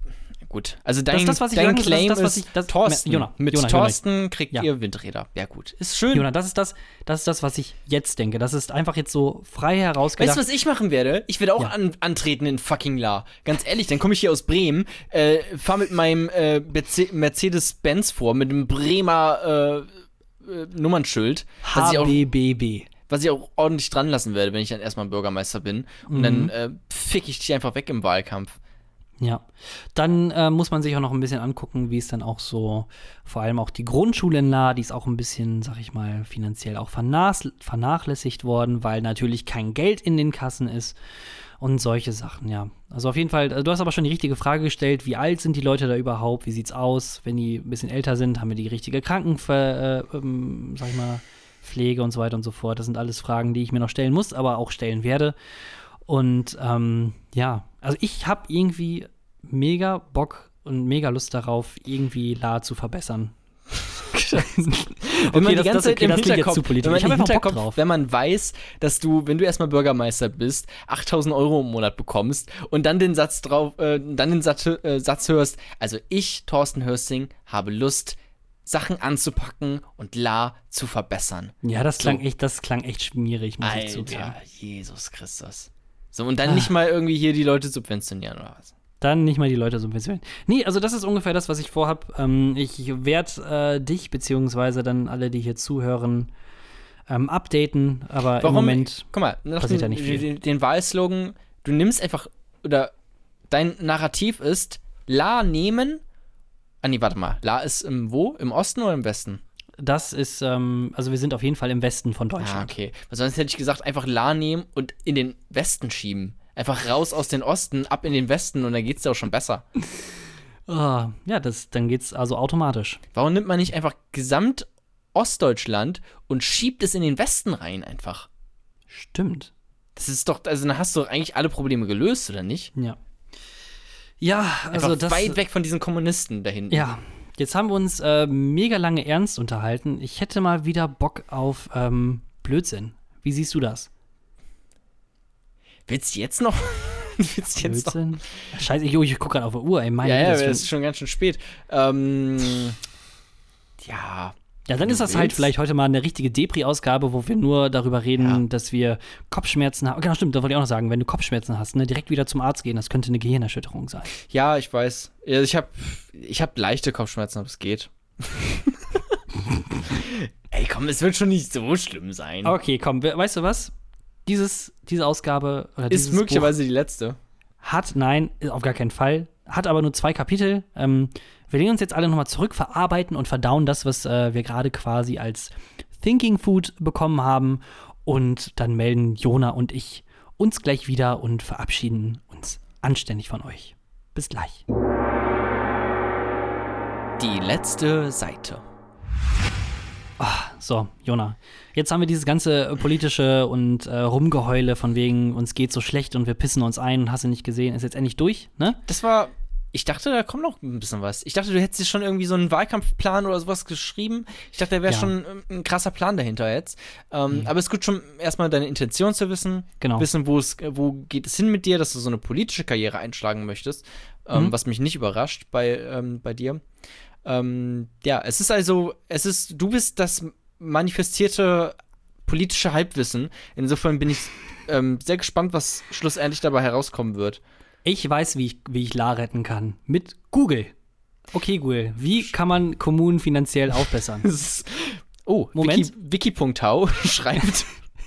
gut. Also dein, Das ist das, was ich dein sagen muss, das ist Claim das, was ist, ich- das- Thorsten. Jona, mit Jona, Jona. Thorsten kriegt Ja. ihr Windräder. Ja gut, ist schön. Jona, das ist das, das ist das, was ich jetzt denke. Das ist einfach jetzt so frei herausgedacht. Weißt du, was ich machen werde? Ich werde auch Ja. an, antreten in fucking La. Ganz ehrlich, dann komme ich hier aus Bremen, äh, fahr mit meinem äh, Merce- Mercedes-Benz vor, mit einem Bremer äh, äh, Nummernschild, was ich, auch, H B B B. was ich auch ordentlich dran lassen werde, wenn ich dann erstmal Bürgermeister bin. Und Mhm. dann äh, fick ich dich einfach weg im Wahlkampf. Ja, dann äh, muss man sich auch noch ein bisschen angucken, wie es dann auch so, vor allem auch die Grundschule in Lahr, die ist auch ein bisschen, sag ich mal, finanziell auch vernach vernachlässigt worden, weil natürlich kein Geld in den Kassen ist und solche Sachen, ja. Also auf jeden Fall, du hast aber schon die richtige Frage gestellt, wie alt sind die Leute da überhaupt, wie sieht's aus, wenn die ein bisschen älter sind, haben wir die richtige Krankenver, äh, ähm, sag ich mal, Pflege und so weiter und so fort. Das sind alles Fragen, die ich mir noch stellen muss, aber auch stellen werde. Und ähm, ja, also ich habe irgendwie mega Bock und mega Lust darauf, irgendwie Lahr zu verbessern. Wenn man das- die ganze das- Zeit okay, im das klingt jetzt Hinterkopf, zu politisch. wenn man Ich hab im einfach Bock Hinterkopf, drauf. wenn man weiß, dass du, wenn du erstmal Bürgermeister bist, achttausend Euro im Monat bekommst und dann den Satz drauf, äh, dann den Satz, äh, Satz hörst, also ich, Thorsten Hörsting, habe Lust, Sachen anzupacken und Lahr zu verbessern. Ja, das klang So. echt, das klang echt schmierig, muss ich zugeben. Alter, Jesus Christus. So, und dann nicht mal irgendwie hier die Leute subventionieren oder was? Dann nicht mal die Leute subventionieren. Nee, also das ist ungefähr das, was ich vorhab. Ähm, ich werde äh, dich, beziehungsweise dann alle, die hier zuhören, ähm, updaten, aber im Moment Guck mal, noch passiert den, da nicht viel. Den, den Wahlslogan, du nimmst einfach, oder dein Narrativ ist, Lahr nehmen. Ah, nee, warte mal. Lahr ist im wo? Im Osten oder im Westen? das ist, ähm, also wir sind auf jeden Fall im Westen von Ah, Deutschland. okay. Weil sonst hätte ich gesagt, einfach Lahr nehmen und in den Westen schieben. Einfach raus aus den Osten, ab in den Westen und dann geht's dir auch schon besser. Ah, ja, das, dann geht's also automatisch. Warum nimmt man nicht einfach gesamt Ostdeutschland und schiebt es in den Westen rein einfach? Stimmt. Das ist doch, also dann hast du doch eigentlich alle Probleme gelöst, oder nicht? Ja. Ja, also Einfach das. weit weg von diesen Kommunisten da hinten. Ja, jetzt haben wir uns äh, mega lange ernst unterhalten. Ich hätte mal wieder Bock auf ähm, Blödsinn. Wie siehst du das? Willst du jetzt noch? Willst du jetzt noch? Blödsinn? Scheiße, ich, ich gucke gerade auf die Uhr, ey. Meine Ja, ja, Güte, es das ist schon ganz schön spät. Ähm, ja. Ja, dann Du ist das halt willst? vielleicht heute mal eine richtige Depri-Ausgabe, wo wir nur darüber reden, Ja. dass wir Kopfschmerzen haben. Genau, stimmt, da wollte ich auch noch sagen, wenn du Kopfschmerzen hast, ne, direkt wieder zum Arzt gehen, das könnte eine Gehirnerschütterung sein. Ja, ich weiß. Ja, Ich habe ich hab leichte Kopfschmerzen, aber es geht. Ey, komm, es wird schon nicht so schlimm sein. Okay, komm, we- weißt du was? Dieses, diese Ausgabe oder dieses Ist möglicherweise die letzte. Buch hat, nein, auf gar keinen Fall, hat aber nur zwei Kapitel. Ähm, wir lehnen uns jetzt alle nochmal zurück, verarbeiten und verdauen das, was äh, wir gerade quasi als Thinking Food bekommen haben. Und dann melden Jona und ich uns gleich wieder und verabschieden uns anständig von euch. Bis gleich. Die letzte Seite. So, Jona, jetzt haben wir dieses ganze politische und äh, Rumgeheule von wegen, uns geht so schlecht und wir pissen uns ein und hast du nicht gesehen, ist jetzt endlich durch, ne? Das war. Ich dachte, da kommt noch ein bisschen was. Ich dachte, du hättest dir schon irgendwie so einen Wahlkampfplan oder sowas geschrieben. Ich dachte, da wäre Ja. schon ähm, ein krasser Plan dahinter jetzt. Ähm, Aber es ist gut, schon erstmal deine Intention zu wissen. Genau. Wissen, wo es, wo geht es hin mit dir, dass du so eine politische Karriere einschlagen möchtest. Ähm, Mhm. Was mich nicht überrascht bei, ähm, bei dir. Ähm, ja, es ist also, es ist, du bist das manifestierte politische Halbwissen. Insofern bin ich ähm, sehr gespannt, was schlussendlich dabei herauskommen wird. Ich weiß, wie ich, wie ich Lahr retten kann. Mit Google. Okay, Google, wie kann man Kommunen finanziell aufbessern? Das ist- Oh, Moment. Wiki, Wiki.tau schreibt.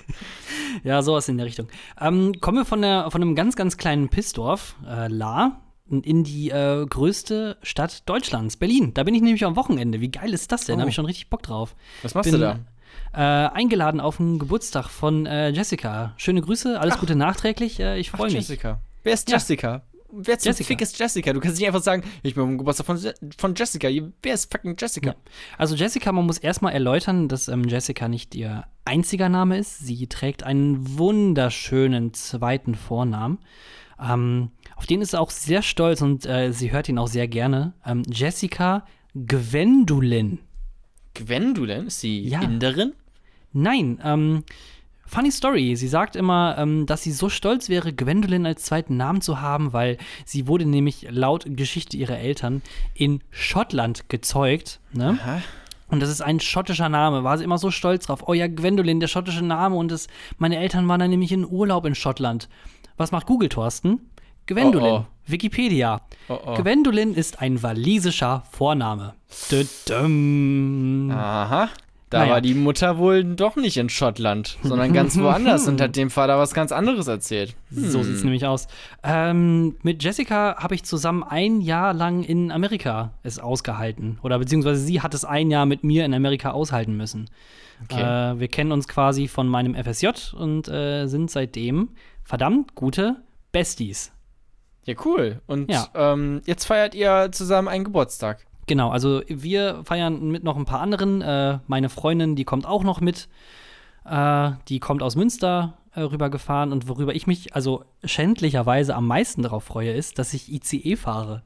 Ja, sowas in der Richtung. Ähm, kommen wir von, der, von einem ganz, ganz kleinen Pissdorf, äh, Lahr, in die äh, größte Stadt Deutschlands, Berlin. Da bin ich nämlich am Wochenende. Wie geil ist das denn? Da Oh. habe ich schon richtig Bock drauf. Was machst bin, du da? Äh, eingeladen auf den Geburtstag von äh, Jessica. Schöne Grüße, alles Gute nachträglich. Äh, ich freue mich. Jessica. Wer ist Ja. Jessica? Wer zum Jessica. Fick ist Jessica? Du kannst nicht einfach sagen, ich bin am Geburtstag von, Je- von Jessica. Wer ist fucking Jessica? Ja. Also Jessica, man muss erstmal erläutern, dass ähm, Jessica nicht ihr einziger Name ist. Sie trägt einen wunderschönen zweiten Vornamen. Ähm, auf den ist sie auch sehr stolz und äh, sie hört ihn auch sehr gerne. Ähm, Jessica Gwendolyn. Gwendolyn? Ist sie Ja. Inderin? Nein, ähm, funny story. Sie sagt immer, ähm, dass sie so stolz wäre, Gwendolyn als zweiten Namen zu haben, weil sie wurde nämlich laut Geschichte ihrer Eltern in Schottland gezeugt. Ne? Aha. Und das ist ein schottischer Name. War sie immer so stolz drauf. Oh ja, Gwendolyn, der schottische Name. Und das, meine Eltern waren dann nämlich in Urlaub in Schottland. Was macht Google, Thorsten? Gwendolyn. Oh, oh. Wikipedia. Oh, oh. Gwendolyn ist ein walisischer Vorname. Dü-düm. Aha. Da Naja. war die Mutter wohl doch nicht in Schottland, sondern ganz woanders und hat dem Vater was ganz anderes erzählt. So Hm. sieht's nämlich aus. Ähm, mit Jessica habe ich zusammen ein Jahr lang in Amerika es ausgehalten. Oder beziehungsweise sie hat es ein Jahr mit mir in Amerika aushalten müssen. Okay. Äh, wir kennen uns quasi von meinem F S J und äh, sind seitdem verdammt gute Besties. Ja, cool. Und Ja. ähm, jetzt feiert ihr zusammen einen Geburtstag. Genau, also wir feiern mit noch ein paar anderen. Äh, meine Freundin, die kommt auch noch mit. Äh, die kommt aus Münster äh, rübergefahren. Und worüber ich mich also schändlicherweise am meisten darauf freue, ist, dass ich I C E fahre.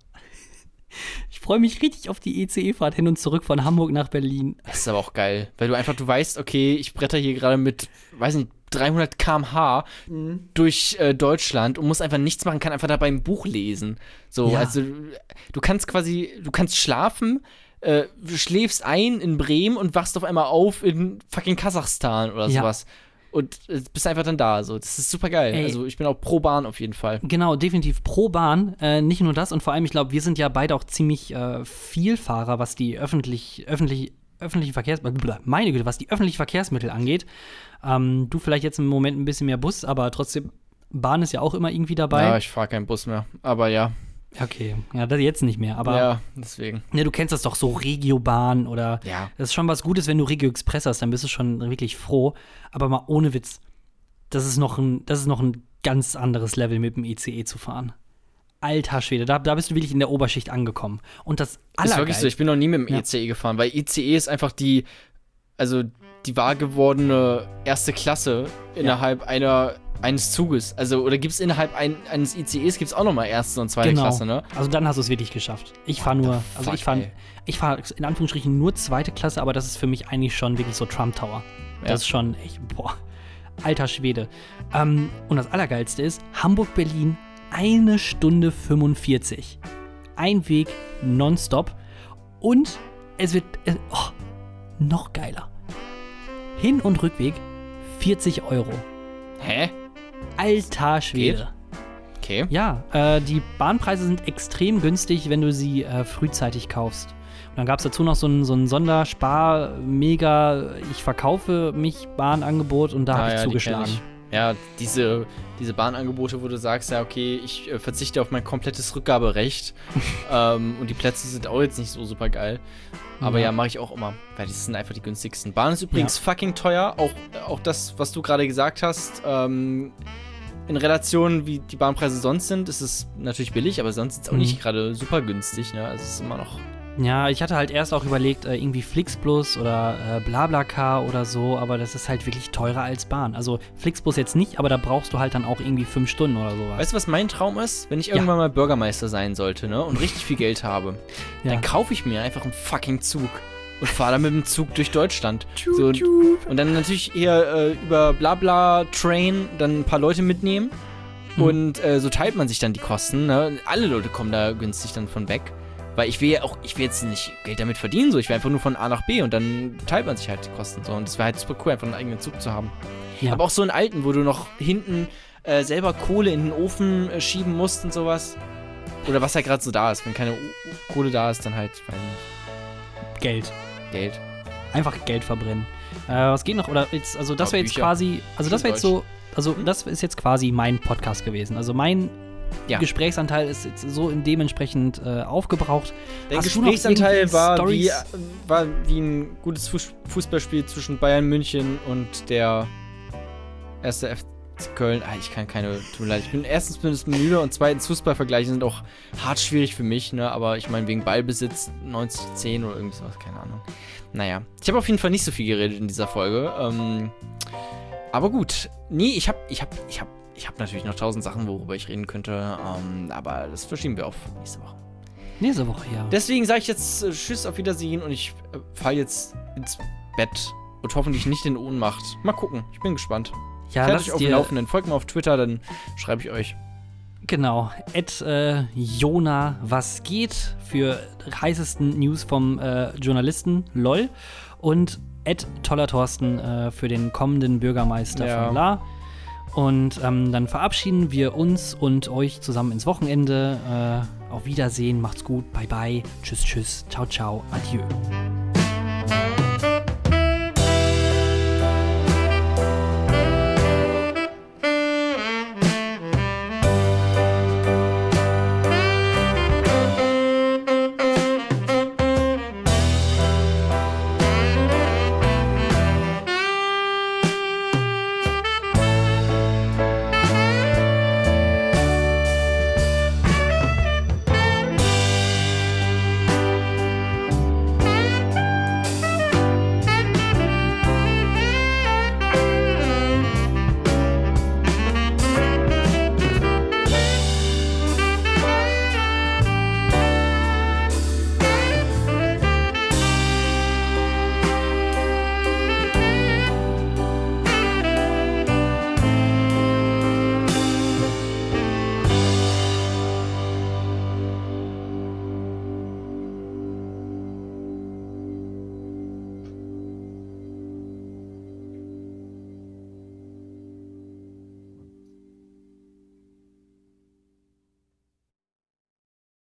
Ich freue mich richtig auf die I C E-Fahrt hin und zurück von Hamburg nach Berlin. Das ist aber auch geil, weil du einfach, du weißt, okay, ich bretter hier gerade mit, weiß nicht, dreihundert Kilometer pro Stunde durch äh, Deutschland und muss einfach nichts machen, kann einfach dabei ein Buch lesen. So, Ja. also du kannst quasi, du kannst schlafen, äh, du schläfst ein in Bremen und wachst auf einmal auf in fucking Kasachstan oder Ja. sowas. Und äh, bist einfach dann da. So, das ist super geil. Ey. Also ich bin auch pro Bahn auf jeden Fall. Genau, definitiv pro Bahn. Äh, nicht nur das, und vor allem, ich glaube, wir sind ja beide auch ziemlich äh, Vielfahrer, was die öffentlich, öffentlich, öffentlichen Verkehrsmittel, meine Güte, was die öffentlichen Verkehrsmittel angeht. Ähm, du vielleicht jetzt im Moment ein bisschen mehr Bus, aber trotzdem, Bahn ist ja auch immer irgendwie dabei. Ja, ich fahre keinen Bus mehr. Aber ja. Okay, ja, das jetzt nicht mehr, aber ja, deswegen. ne, du kennst das doch so, Regiobahn oder Ja. das ist schon was Gutes, wenn du Regio Express hast, dann bist du schon wirklich froh, aber mal ohne Witz, das ist noch ein, das ist noch ein ganz anderes Level mit dem I C E zu fahren. Alter Schwede, da, da bist du wirklich in der Oberschicht angekommen. Und das Ist Allergeil, wirklich so, ich bin noch nie mit dem Ja. I C E gefahren, weil I C E ist einfach die, also die wahr gewordene erste Klasse innerhalb einer, eines Zuges. Also, oder gibt es innerhalb ein, eines I C Es gibt es auch nochmal erste und zweite genau. Klasse, ne? Also dann hast du es wirklich geschafft. Ich fahre nur, also fuck, ich fahre ey. ich fahr in Anführungsstrichen nur zweite Klasse, aber das ist für mich eigentlich schon wirklich so Trump Tower. Das Ja. ist schon echt, boah, alter Schwede. Ähm, und das Allergeilste ist, Hamburg-Berlin, eine Stunde fünfundvierzig. Ein Weg nonstop. Und es wird, äh, oh, noch geiler. Hin- und Rückweg vierzig Euro. Hä? Alter Schwede. Okay. Ja, äh, die Bahnpreise sind extrem günstig, wenn du sie äh, frühzeitig kaufst. Und dann gab es dazu noch so ein, so ein Sonderspar-Mega, ich verkaufe mich Bahnangebot und da Ah, habe ich ja, die zugeschlagen. kenn ich. Ja, diese, diese Bahnangebote, wo du sagst, ja, okay, ich äh, verzichte auf mein komplettes Rückgaberecht. ähm, und die Plätze sind auch jetzt nicht so super geil. Aber Ja. ja, mache ich auch immer, weil das sind einfach die günstigsten. Bahn ist übrigens fucking teuer. Auch, auch das, was du gerade gesagt hast, ähm, in Relation, wie die Bahnpreise sonst sind, ist es natürlich billig, aber sonst ist es auch Mhm. nicht gerade super günstig. Ne? Also es ist immer noch. Ja, ich hatte halt erst auch überlegt, äh, irgendwie Flixbus oder äh, Blablacar oder so, aber das ist halt wirklich teurer als Bahn. Also Flixbus jetzt nicht, aber da brauchst du halt dann auch irgendwie fünf Stunden oder sowas. Weißt du, was mein Traum ist? Wenn ich Ja. irgendwann mal Bürgermeister sein sollte, ne? Und richtig viel Geld habe, Ja. dann kaufe ich mir einfach einen fucking Zug und fahre dann mit dem Zug durch Deutschland. So, und, und dann natürlich hier äh, über Blabla Train dann ein paar Leute mitnehmen. Mhm. Und äh, so teilt man sich dann die Kosten. Ne? Alle Leute kommen da günstig dann von weg. Weil ich will ja auch, ich will jetzt nicht Geld damit verdienen, so ich will einfach nur von A nach B und dann teilt man sich halt die Kosten so. Und es wäre halt super cool, einfach einen eigenen Zug zu haben. Ja. Aber auch so einen alten, wo du noch hinten äh, selber Kohle in den Ofen äh, schieben musst und sowas. Oder was halt gerade so da ist. Wenn keine U U Kohle da ist, dann halt, weiß nicht, Geld. Geld. Einfach Geld verbrennen. Äh, was geht noch? Oder jetzt, also das Ja, wäre jetzt Bücher. quasi, also das Schön wäre jetzt so, also Hm? das ist jetzt quasi mein Podcast gewesen. Also mein Ja. Gesprächsanteil ist jetzt so in dementsprechend äh, aufgebraucht. Der Hast du noch Gesprächsanteil irgendwie war wie, Storys? war wie ein gutes Fuß Fußballspiel zwischen Bayern München und der erste F C Köln. Ah, ich kann keine, tut mir leid. Ich bin erstens bin ich müde und zweitens Fußballvergleiche sind auch hart schwierig für mich, ne? Aber ich meine, wegen Ballbesitz neunzig zehn oder irgendwie sowas, keine Ahnung. Naja, ich habe auf jeden Fall nicht so viel geredet in dieser Folge. Ähm, aber gut. Nee, ich habe ich hab, ich hab, ich hab natürlich noch tausend Sachen, worüber ich reden könnte. Ähm, aber das verschieben wir auf nächste Woche. Nächste Woche, ja. Deswegen sage ich jetzt äh, Tschüss, auf Wiedersehen und ich äh, falle jetzt ins Bett und hoffentlich nicht in Ohnmacht. Mal gucken, ich bin gespannt. ja, Ich halte lass euch auf dem dir, Laufenden. Folgt mir auf Twitter, dann schreibe ich euch. genau, at äh, Jona, was geht für heißesten News vom äh, Journalisten, lol. Und at Toller Thorsten äh, für den kommenden Bürgermeister Ja. von La. Und ähm, dann verabschieden wir uns und euch zusammen ins Wochenende. Äh, auf Wiedersehen, macht's gut, bye bye, tschüss, tschüss, ciao, ciao, adieu.